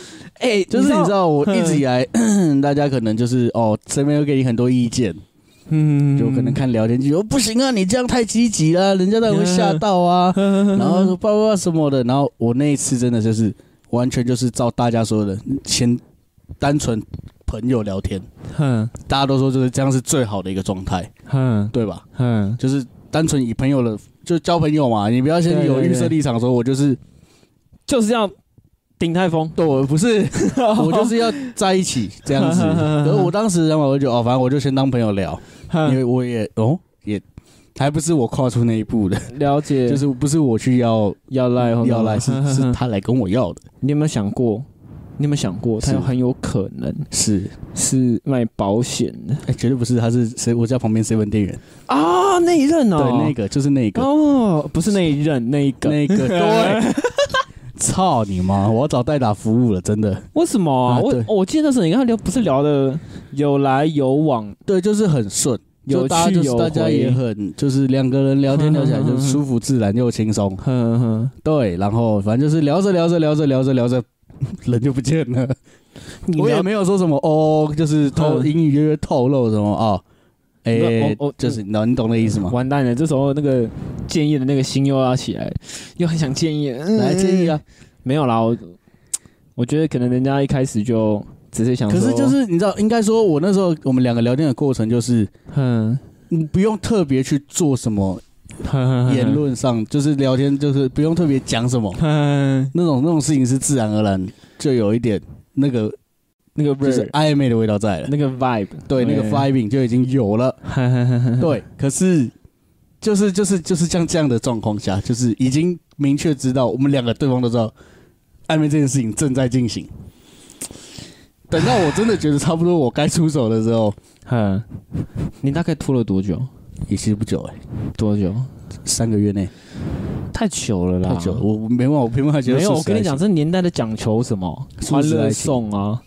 哎、欸， 就是你知道，我一直以来，大家可能就是哦，身边会给你很多意见，嗯，就可能看聊天记录，不行啊，你这样太积极了，人家当然会吓到啊，然后说叭叭叭什么的，然后我那一次真的就是完全就是照大家说的，先单纯朋友聊天，大家都说就是这样是最好的一个状态，对吧？就是单纯以朋友的就交朋友嘛，你不要先有预设立场说，我就是就是要。鼎泰丰， 对，我不是，我就是要在一起这样子。可是我当时想法，我就哦，反正我就先当朋友聊，因为我也哦也还不是我跨出那一步的， 了解， 就是不是我去要要赖要赖，是是他来跟我要的。 你有没有想过？你有没有想过，他很有可能是是卖保险的？ 哎、欸，绝对不是，他是谁？我家旁边 seven 店员啊，那一任哦， 对，那个就是那个哦，不是那一任，那一个， 那个对。操你妈！我要找代打服务了，真的。 为什么啊？啊我我记得那时候你跟他聊，不是聊的有来有往， 对，就是很顺，有趣有回，大家也很就是两个人聊天聊起来就舒服自然又轻松。哼哼，对，然后反正就是聊着聊着聊着聊着聊着，人就不见了。我也没有说什么哦，就是透隐隐约约透露什么啊。哎、欸，就是你懂你懂那意思吗？ 完蛋了，这时候那个建议的那个心又要起来，又很想建议， 嗯、来建议啊， 没有啦，我我觉得可能人家一开始就只是想说， 可是就是你知道，应该说我那时候我们两个聊天的过程就是，嗯，你不用特别去做什么言论上，就是聊天就是不用特别讲什么，那种那种事情是自然而然就有一点那个。那个就是暧昧的味道在了， 那个 vibe， 对，那个 vibing 就已经有了，对。可是就是就是就是像这样的状况下，就是已经明确知道我们两个对方都知道暧昧这件事情正在进行。等到我真的觉得差不多我该出手的时候， 哼，你大概拖了多久？ 也其实不久哎、欸， 多久？ 三个月内。 太久了啦， 太久了，我没办法，我没办法接受。 没有，我跟你讲，这年代的讲求什么？欢乐颂啊。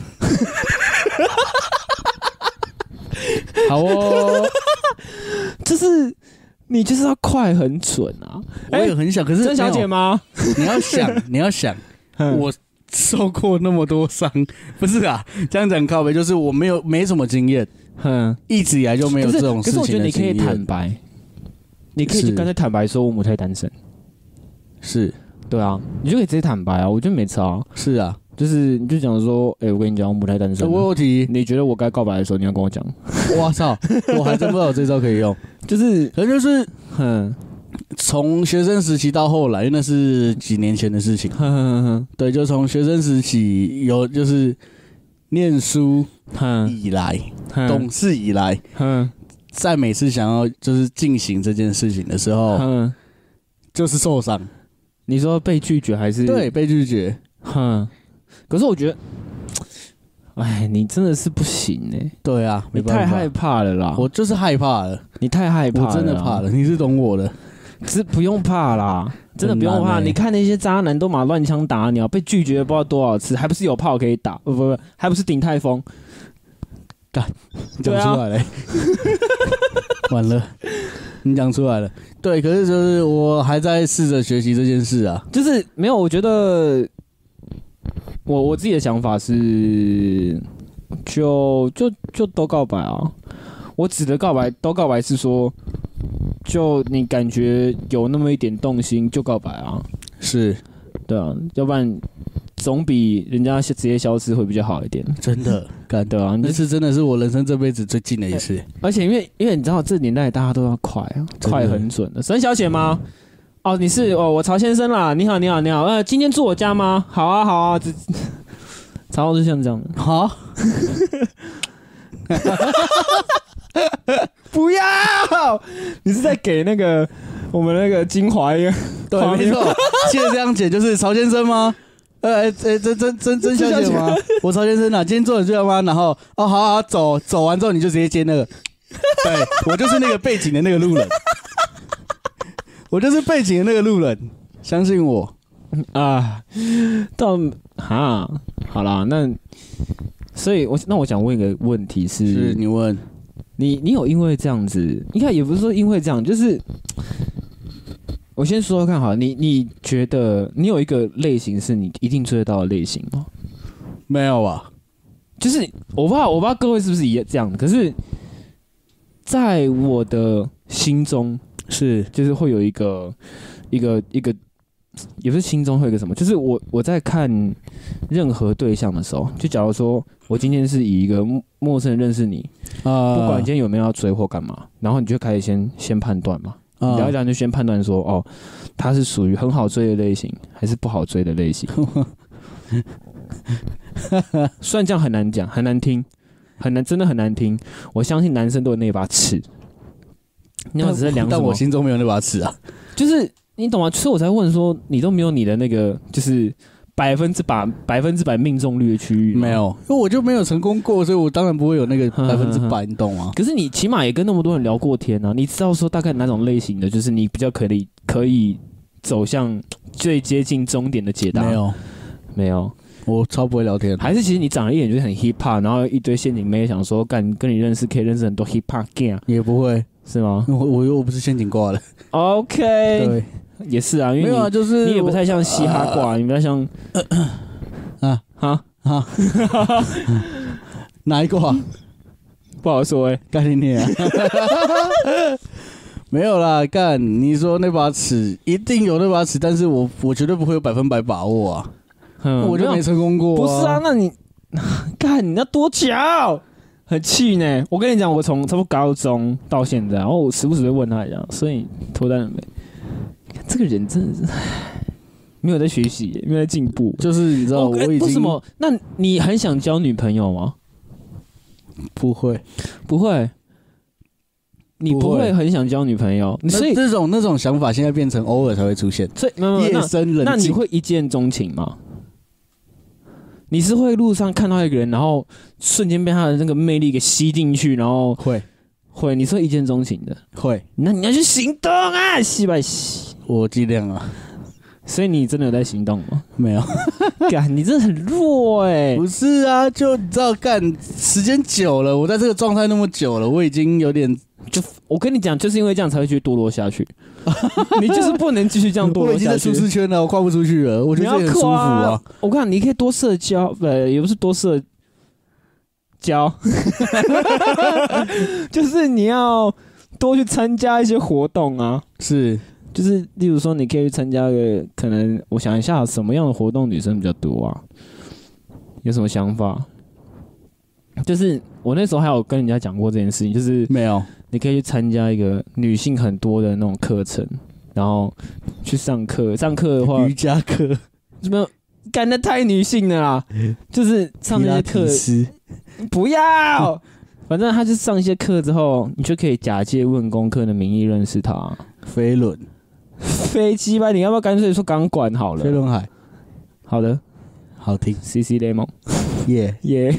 好哦，就是你就是要快很准啊！ 我也很想，可是曾小姐吗？ 你要想，你要想，我受过那么多伤，不是啊？这样讲靠北，就是我没有没什么经验，哼，一直以来就没有这种事情的经验。可是我觉得你可以坦白，你可以就干脆坦白说，我母胎单身。 是， 对啊，你就可以直接坦白啊，我觉得没差啊。 是啊。 就是你就讲说，哎、欸，我跟你讲，我母胎单身。 我有题， 你觉得我该告白的时候，你要跟我讲。 我操，我还真不知道有这招可以用。就是，可能就是，嗯，从学生时期到后来，因为那是几年前的事情。哼哼哼，对，就从学生时期有就是念书以来，懂事以来，在每次想要就是进行这件事情的时候，就是受伤。 你说被拒绝还是？ 对，被拒绝。 哼，可是我觉得，哎，你真的是不行哎、欸。 对啊， 你太害怕了啦！ 我就是害怕了， 你太害怕了， 我真的怕了。你是懂我的， 是不用怕啦，真的不用怕。欸、你看那些渣男都马乱枪打鸟，被拒绝不知道多少次，还不是有炮可以打？不不不，还不是鼎泰丰？ 干，讲出来了、欸，啊、完了。你讲出来了，对，可是就是我还在试着学习这件事啊， 就是没有，我觉得我我自己的想法是，就就就都告白啊。我指的告白，都告白是说，就你感觉有那么一点动心就告白啊， 是， 对啊，要不然总比人家直接消失会比较好一点。 真的， 干对啊， 那次真的是我人生这辈子最近的一次。 而且因为因为你知道这年代大家都要快啊，快很准的。沈小姐吗？哦，你是哦，我曹先生啦。你好，你好，你好。呃，今天住我家吗？好啊，好啊。曹老师像这样的。好。不要！你是在给那个我们那个精华一个？ 对，没错。记得这样剪就是曹先生吗？呃，哎、欸，曾曾曾曾小姐吗？我曹先生啊，今天做的这样吗？然后，哦，好好走，走完之后你就直接接那个，对我就是那个背景的那个路人，我就是背景的那个路人，相信我啊。到哈，好啦，那所以我那我想问一个问题是， 是你问你，你有因为这样子，应该也不是说因为这样，就是。我先说说看好了，你你觉得你有一个类型是你一定追得到的类型吗？ 没有吧？ 就是我不知道，我不知道各位是不是也这样的，可是在我的心中是， 就是会有一个一个一个，也不是心中会有一个什么，就是我我在看任何对象的时候，就假如说我今天是以一个陌生人认识你，呃、不管你今天有没有要追或干嘛，然后你就开始先先判断嘛，呃、聊一聊就先判断说，哦，他是属于很好追的类型，还是不好追的类型。虽然这样很难讲，很难听，很难，真的很难听。我相信男生都有那把尺，那只是量什么？ 但我心中没有那把尺啊。 就是你懂吗？所以我才问说，你都没有你的那个，就是百分之百、百分之百命中率的区域？ 没有，因为我就没有成功过，所以我当然不会有那个百分之百，你懂吗？ 可是你起码也跟那么多人聊过天啊，你知道说大概哪种类型的，就是你比较可以可以走向最接近终点的解答？ 没有， 没有。 我超不会聊天， 还是其实你长得一眼就是很 hip hop， 然后一堆陷阱妹想说干跟你认识可以认识很多 hip hop gang， 也不会是吗？我我又不是陷阱挂的。 OK， 对，也是啊，因为你没有啊，就是你也不太像嘻哈挂，呃、你比较像啊哈哈，哪一个啊？ 不好说哎、欸， 干你娘！没有啦，干你说那把尺一定有那把尺，但是我我绝对不会有百分百把握啊。嗯、我就没成功过、啊。 不是啊，那你干你要多巧，很气呢。我跟你讲，我从差不多高中到现在，然后我时不时会问他一样，所以脱单了没？这个人真的是没有在学习，没有在进步。 就是你知道，我已经、 为什么？那你很想交女朋友吗？ 不会， 不会。你不会很想交女朋友，所以这种那种想法现在变成偶尔才会出现。 所以夜深人静，那你会一见钟情吗？你是会路上看到一个人，然后瞬间被他的那个魅力给吸进去，然后会会，你是会一见钟情的， 会。 那你要去行动啊，西吧西。 我尽量啊。 所以你真的有在行动吗？ 没有。 干，你真的很弱哎、欸。 不是啊，就你知道，干时间久了，我在这个状态那么久了，我已经有点。 就我跟你讲，就是因为这样才会继续堕落下去。你就是不能继续这样堕落下去。 我已经在舒适圈了，我跨不出去了。我觉得这很舒服啊。 啊我看你可以多社交，不，也不是多社交，就是你要多去参加一些活动啊。 是， 就是例如说，你可以去参加个可能，我想一下，什么样的活动女生比较多啊？有什么想法？就是我那时候还有跟人家讲过这件事情，就是没有。 你可以去参加一个女性很多的那种课程，然后去上课。上课的话， 瑜伽课， 怎么干得太女性了啦？就是上那些课，不要，反正他就上一些课之后，你就可以假借问功课的名义认识他。 飞轮， 飞机吧？你要不要干脆说钢管好了？ 飞轮海， 好的， 好听。 C C Lemon， 耶耶。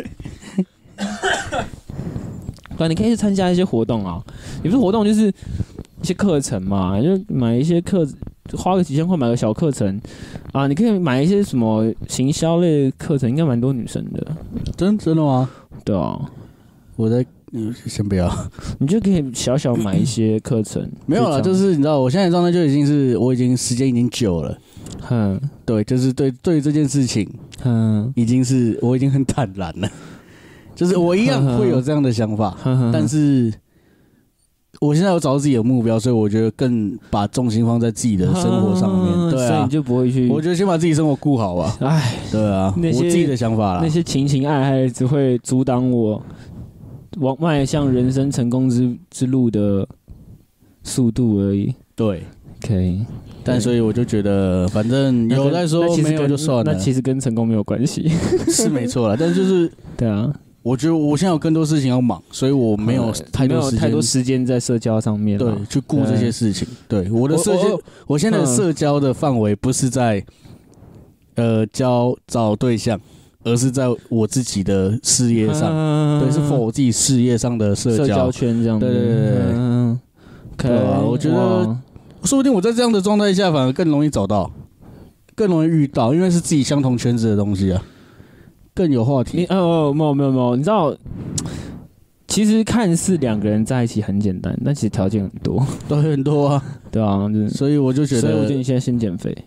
对，你可以去参加一些活动啊，也不是活动，就是一些课程嘛，就买一些课，花个几千块买个小课程啊。你可以买一些什么行销类课程，应该蛮多女生的。 真真的吗？ 对啊， 我在、嗯、先不要， 你就可以小小买一些课程。 没有啦，就是你知道，我现在的状态就已经是我已经时间已经久了。嗯，对，就是对对这件事情，嗯，已经是我已经很坦然了。就是我一样会有这样的想法，呵呵呵但是我现在有找到自己的目标，所以我觉得更把重心放在自己的生活上面。呵呵对啊， 所以你就不会去。 我觉得先把自己生活顾好吧。哎，对啊，我自己的想法啦。 那些情情爱爱只会阻挡我往迈向人生成功之之路的速度而已。 对， 可以。 但所以我就觉得，反正有在说，没有就算了。 那其实跟成功没有关系， 是没错啦。但是就是对啊。我觉得我现在有更多事情要忙，所以我没有太多时间、呃、 太多时间在社交上面， 对，去顾这些事情。对，我的社交，我, 我现在的社交的范围不是在呃交找对象，而是在我自己的事业上，嗯、对，是 for 我自己事业上的社交社交圈这样子。对对对对，嗯， 对啊，我觉得说不定我在这样的状态下，反而更容易找到，更容易遇到，因为是自己相同圈子的东西啊。更有话题。 你哦，没有没有没有，你知道，其实看似两个人在一起很简单，但其实条件很多， 都很多啊， 对啊，就是、 所以我就觉得， 所以我觉得你现在先减肥。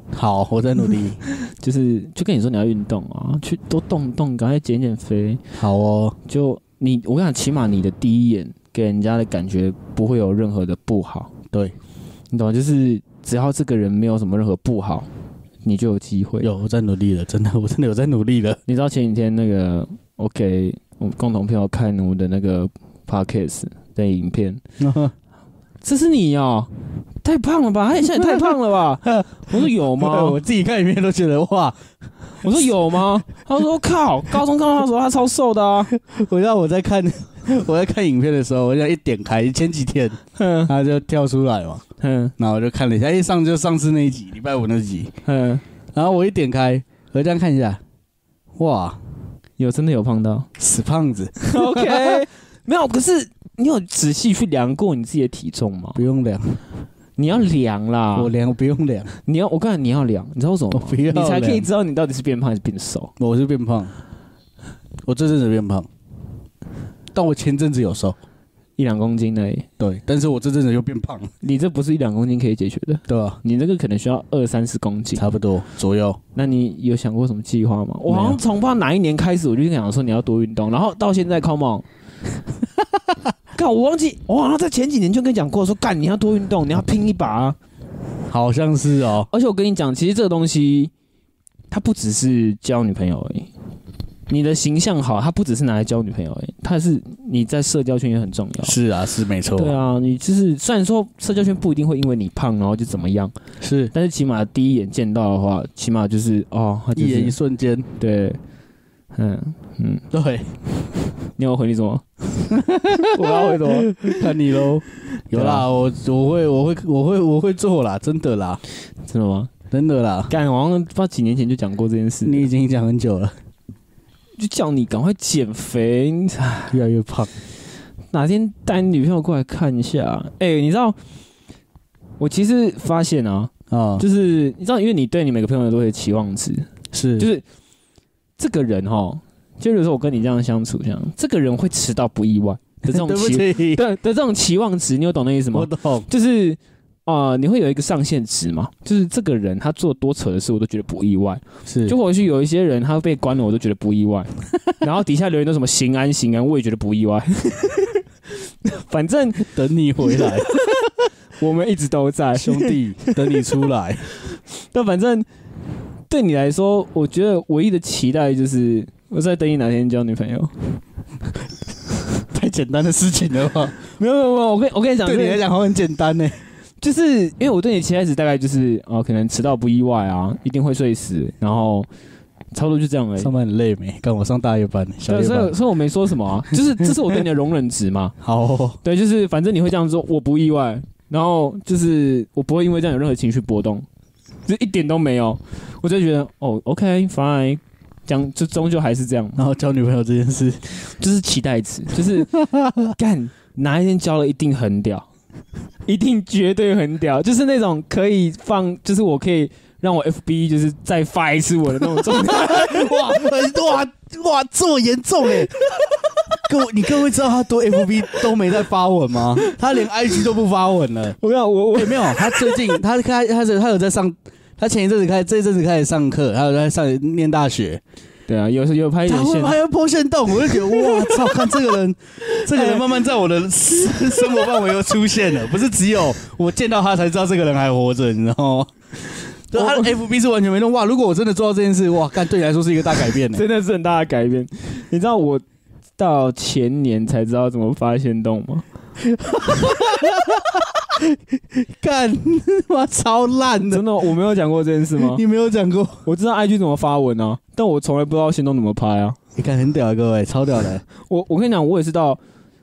好，我在努力。 就是就跟你说你要运动啊，去多动动，赶快减减肥。 好哦， 就你我跟你讲，起码你的第一眼给人家的感觉不会有任何的不好。 对， 你懂吗？就是只要这个人没有什么任何不好，你就有机会。 有，我在努力了，真的，我真的有在努力了。 你知道前几天那个我给我们共同朋友看我的那个 podcast 的影片，这是你哦，太胖了吧？他现在也太胖了吧？我说有吗？ 我自己看影片都觉得哇， 我说有吗？他说靠，高中看到他的时候他超瘦的啊。 我让我在看我在看影片的时候，我就一点开前几天，他就跳出来嘛，嗯，然后我就看了一下，一上就上次那一集，礼拜五那集，嗯，然后我一点开，我这样看一下，哇， 有真的有胖到死胖子 ，OK， 没有，可是你有仔细去量过你自己的体重吗？ 不用量。 你要量啦， 我量，我不用量。 你要，我告诉你，你要量，你知道为什么吗？ 我不要量， 你才可以知道你到底是变胖还是变瘦。 我是变胖，我这阵子变胖，但我前阵子有瘦一两公斤而已。 对，但是我这阵子又变胖。 你这不是一两公斤可以解决的， 对吧？ 你这个可能需要二三十公斤， 差不多左右。 那你有想过什么计划吗？我好像从不知道哪一年开始，我就跟你讲说你要多运动，然后到现在 ，come on。干，我忘记，我好像在前几年就跟你讲过，说干你要多运动，你要拼一把啊。 好像是哦。 而且我跟你讲，其实这个东西，它不只是交女朋友而已。你的形象好，它不只是拿来交女朋友而已，它是你在社交圈也很重要。 是啊，是没错。 对啊，你就是虽然说社交圈不一定会因为你胖然后就怎么样， 是， 但是起码第一眼见到的话，起码就是哦，他就是、 一眼一瞬间。 对，嗯嗯， 对。 你要我回你什么？我要回什么？ 看你喽。有啦，我我会我会我会我会做啦，真的啦。 真的吗？ 真的啦。 干，我好像不知道几年前就讲过这件事。 你已经讲很久了， 就叫你赶快减肥， 越来越胖。 哪天带你女朋友过来看一下？哎、欸，你知道，我其实发现啊，啊，就是你知道，因为你对你每个朋友都会有期望值， 是， 就是这个人哈。就比如说我跟你这样相处，这样这个人会迟到不意外的这种期对的这种期望值，你有懂那意思吗？ 我懂， 就是啊、呃，你会有一个上限值嘛，就是这个人他做多扯的事，我都觉得不意外。 是， 就或许有一些人他被关了，我都觉得不意外。然后底下留言都什么行安行安，我也觉得不意外。反正等你回来， 我们一直都在， 兄弟，等你出来。 但反正对你来说，我觉得唯一的期待就是。我在等你哪天交女朋友， 太简单的事情了吧？ 没有没有没有，我跟我跟你讲， 对你来讲好很简单呢。 就是因为我对你期待值大概就是哦，可能迟到不意外啊，一定会睡死，然后差不多就这样而已。 上班很累没？刚我上大夜班，小夜班， 所以所以我没说什么啊，就是这是我对你的容忍值嘛。 好、哦， 对，就是反正你会这样说，我不意外，然后就是我不会因为这样有任何情绪波动，就一点都没有，我就觉得哦 ，OK fine。讲就终究还是这样， 然后交女朋友这件事， 就是期待值，就是干哪一天交了一定很屌，一定绝对很屌，就是那种可以放，就是我可以让我 F B 就是再发一次我的那种状态， 哇哇哇这么严重哎！各位，你各位知道他多 F B 都没在发文吗？他连 I G 都不发文了。 我跟你讲，我我、 欸、没有，他最近他开他他有在上。他前一阵子开，这一阵子开始上课，还有在上念大学。 对啊，有有拍一点线， 他还要播线动，我就觉得哇操！看这个人，这个人慢慢在我的生活范围又出现了，不是只有我见到他才知道这个人还活着，你知道吗？对，他的 F B 是完全没动。哇！如果我真的做到这件事，哇，干对你来说是一个大改变呢， 真的是很大的改变。你知道我到前年才知道怎么发线动吗？ 干，妈超烂的！ 真的，我没有讲过这件事吗？ 你没有讲过。 我知道 I G 怎么发文啊，但我从来不知道限动怎么拍啊。 你看很屌，各位，超屌的。 我我跟你讲，我也是到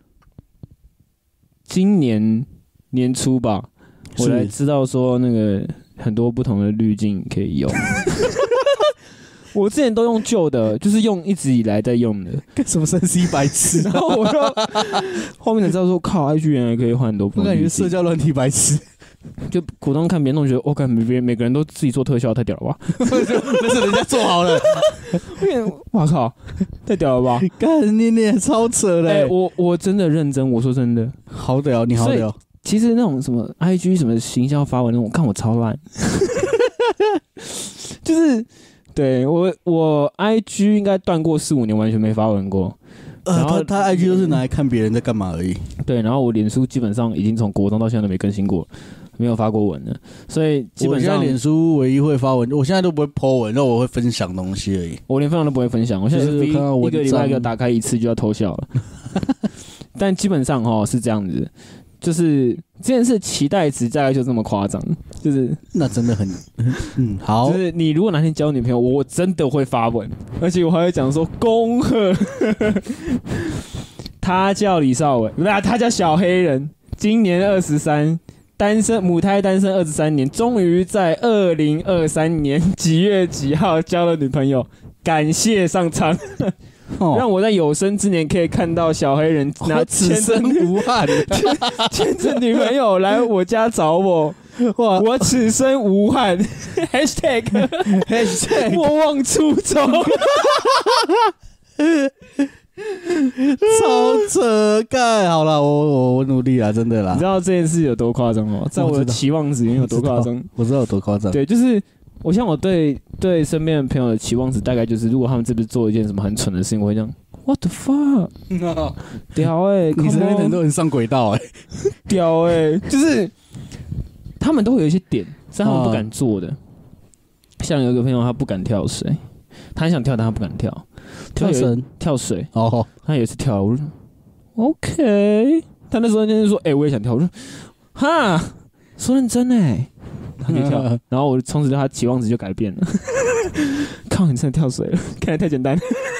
今年年初吧，我才知道说那个很多不同的滤镜可以用。我之前都用旧的，就是用一直以来在用的。 干什么三 C 白痴？ 然后我就后面才知道说，靠 ，I G 原来可以换很多不同的滤镜。 我感觉社交软体白痴。 就普通看别人弄，觉得我看每每个人都自己做特效，太屌了吧？ 那是人家做好了。 哇靠，太屌了吧？ 干你你超扯的、欸！ 哎、欸，我我真的认真，我说真的， 好屌，你好屌。 其实那种什么 I G 什么行销发文那种，我看我超烂。 就是对我我 I G 应该断过四五年，完全没发文过。 呃，然后他他 I G 都是拿来看别人在干嘛而已。 对，然后我脸书基本上已经从国中到现在都没更新过，没有发过文了，所以基本上我现在脸书唯一会发文，我现在都不会 po 文，然后我会分享东西而已。 我连分享都不会分享，我现在是一个礼拜给我打开一次就要偷笑了。但基本上哈是这样子，就是这件事期待值大概就这么夸张，就是那真的很嗯好， 就是你如果哪天交女朋友，我真的会发文，而且我还会讲说恭贺，他叫李少伟，不是、啊，他叫小黑人，今年二十三，单身母胎单身二十三年，终于在二零二三年几月几号交了女朋友，感谢上苍。哦、让我在有生之年可以看到小黑人拿此生无憾牵着女朋友来我家找我，我此生无憾。hashtag hashtag 莫忘初衷。 超扯干，好了，我我我努力了，真的啦。 你知道这件事有多夸张吗？在我的期望值里面有多夸张？ 我知道有多夸张。 对，就是我像我对对身边的朋友的期望值，大概就是如果他们这不是做一件什么很蠢的事情，我会这样 What the fuck？ 屌哎、欸！ 你身边很多人上轨道哎、欸， 屌哎、欸！就是他们都会有一些点是他们不敢做的。像有一个朋友，他不敢跳水，他很想跳，但他不敢跳。 跳绳、 跳水哦， 他有一次跳，我说 OK， 他那时候就说：“哎、欸，我也想跳。”我说：“哈，说认真哎、欸。”他可以跳，然后我从此对他期望值就改变了。靠，你真的跳水了，看来太简单，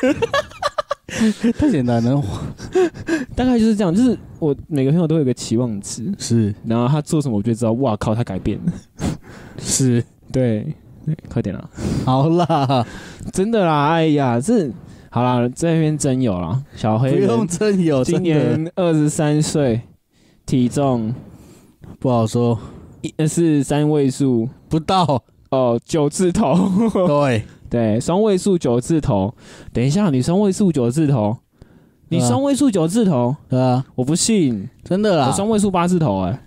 太简单了。 大概就是这样，就是我每个朋友都有一个期望值， 是， 然后他做什么我就知道，哇靠，他改变了。 是， 对。快点啦！ 好啦， 真的啦！哎呀，这好啦，这边真有啦，小黑人不用真有， 今年二十三岁，体重不好说， 是三位数不到哦，九字头。 对对，双位数九字头。等一下，你双位数九字头，你双位数九字头， 对啊， 我不信， 真的啦， 我双位数八字头、欸，哎，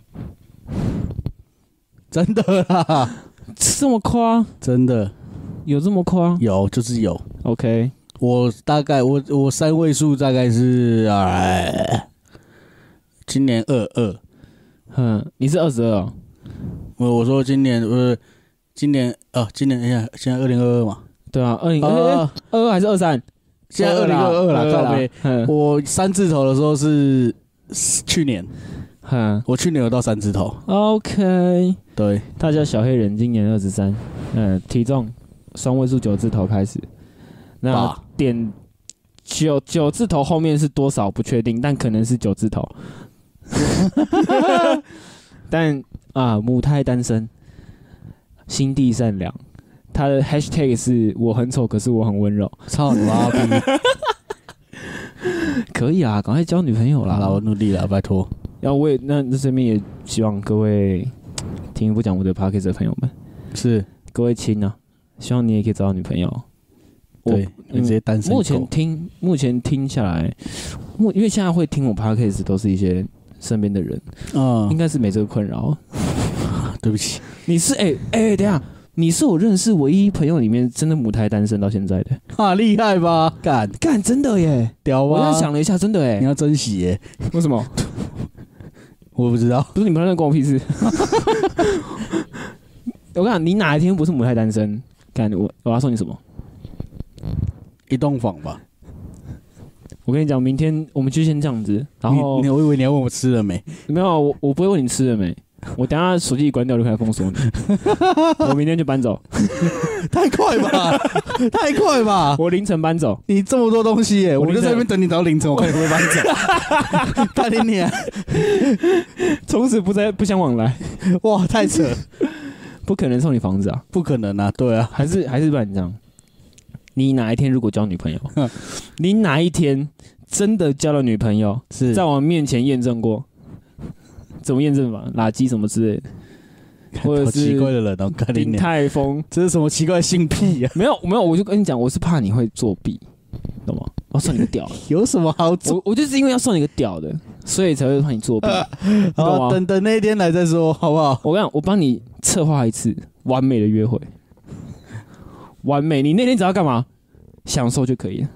真的啦。 这么夸？ 真的有这么夸？ 有，就是有。 OK， 我大概我我三位数大概是哎，今年二二。 嗯，你是二十二？ 我我说今年不是今年哦，今年哎呀，现在二零二二嘛。 对啊，二零二二二还是二三？ 现在二零二二了，靠北。我三字头的时候是去年。 嗯， 我去年有到三字头。 OK， 对， 他叫小黑人，今年二十三，嗯，体重双位数九字头开始。那点九九字头后面是多少不确定，但可能是九字头。但啊，母胎单身，心地善良。他的 hashtag 是我很丑，可是我很温柔。 操你妈逼！ 可以啊，赶快交女朋友啦！ 我努力了，拜托。 然后我也那这边也希望各位听不讲我的 podcast 的朋友们， 是各位亲啊，希望你也可以找到女朋友。 对，你直接单身狗。 目前听目前听下来，因为现在会听我 podcast 都是一些身边的人，嗯，应该是没这个困扰。 对不起， 你是哎哎、欸欸，等一下，你是我认识唯一朋友里面真的母胎单身到现在的， 啊，厉害吧？干干，真的耶， 屌吧？ 我刚想了一下，真的哎， 你要珍惜耶。 为什么？ 我不知道， 不是你朋友关我屁事。我跟你讲，你哪一天不是母胎单身？干我，我要送你什么？ 一栋房吧。 我跟你讲，明天我们就先这样子。然后， 你我以为你要问我吃了没？ 没有，我我不会问你吃了没。我等一下手机一关掉就开始封锁你。我明天就搬走。 太快吧，太快吧！ 我凌晨搬走。 你这么多东西耶，我就在那边等你到凌晨，我看你会不会搬走。大林你， 从此不再不相往来。 哇，太扯！ 不可能送你房子啊， 不可能啊，对啊， 还是还是不然这样。你哪一天如果交女朋友，你哪一天真的交了女朋友， 是在我面前验证过？怎么验证法？垃圾什么之类的，或者是奇怪的人哦， 鼎泰丰， 这是什么奇怪的性癖啊？ 没有没有，我就跟你讲，我是怕你会作弊，懂吗？我要送你个屌的， 有什么好做？ 我我就是因为要送你个屌的，所以才会怕你作弊， 好，等等那一天来再说，好不好？ 我跟你讲，我帮你策划一次完美的约会。 完美。你那天只要干嘛？享受就可以了。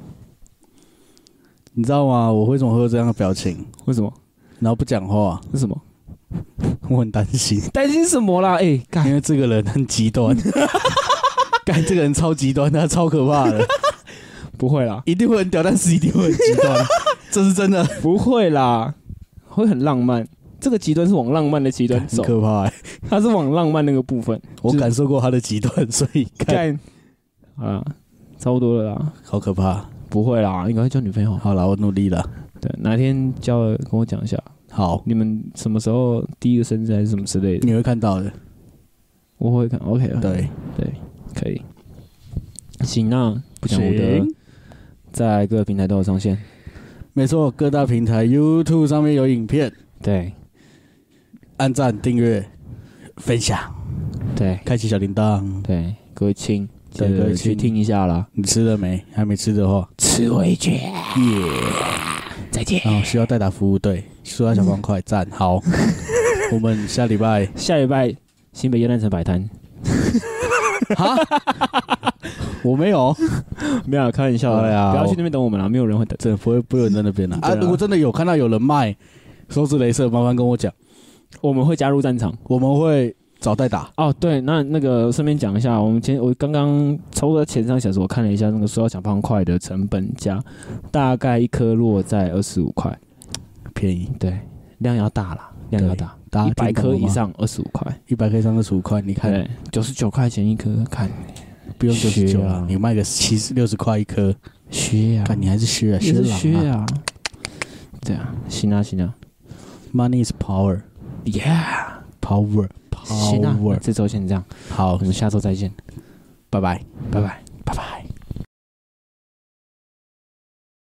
你知道吗？我为什么会有这样的表情？ 为什么？ 然后不讲话？ 为什么？ 我很担心。 担心什么啦？哎、欸， 因为这个人很极端。干，这个人超极端，他超可怕的。 不会啦， 一定会很屌，但是一定会很极端。这是真的。 不会啦，会很浪漫。这个极端是往浪漫的极端走， 很可怕、欸。 他是往浪漫那个部分。 我感受过他的极端，所以干啊，差不多了啦。 好可怕。 不会啦，应该会交女朋友。 好啦，我努力了。 对，哪天交了跟我讲一下。 好， 你们什么时候第一个生日还是什么之类的？ 你会看到的。 我会看 ，OK 了。 对对，可以。行，那不讲武德，在各个平台都有上线。 没错，各大平台 YouTube 上面有影片。 对， 按赞、订阅、分享。 对， 开启小铃铛。 对，各位亲。对，各位去听一下啦。 你吃了没？还没吃的话， 吃回去。耶！再见。 哦，需要代打服务，对，输到小方块，赞。好，我们下礼拜， 下礼拜新北耶诞城摆摊。 哈？我没有， 没有开玩笑的呀！不要去那边等我们啦，没有人会等， 真的不会，不会有人在那边啦。啊，如果真的有看到有人卖手指雷射，麻烦跟我讲， 我们会加入战场， 我们会。找代打哦，对，那那个顺便讲一下，我们前我刚刚差不多前三小时我看了一下那个塑料小方块的成本价，大概一颗落在二十五块， 便宜， 对，量要大啦，量要大，一百颗以上二十五块， 一百颗以上二十五块，你看， 九十九块钱一颗，看， 不用九十九了，你卖个七十六十块一颗， 削啊， 看你还是削啊， 是削啊，对啊，行啊行啊 ，Money is power，yeah，power。 行啊，这周先这样， 好， 我们下周再见， 拜拜， 拜拜。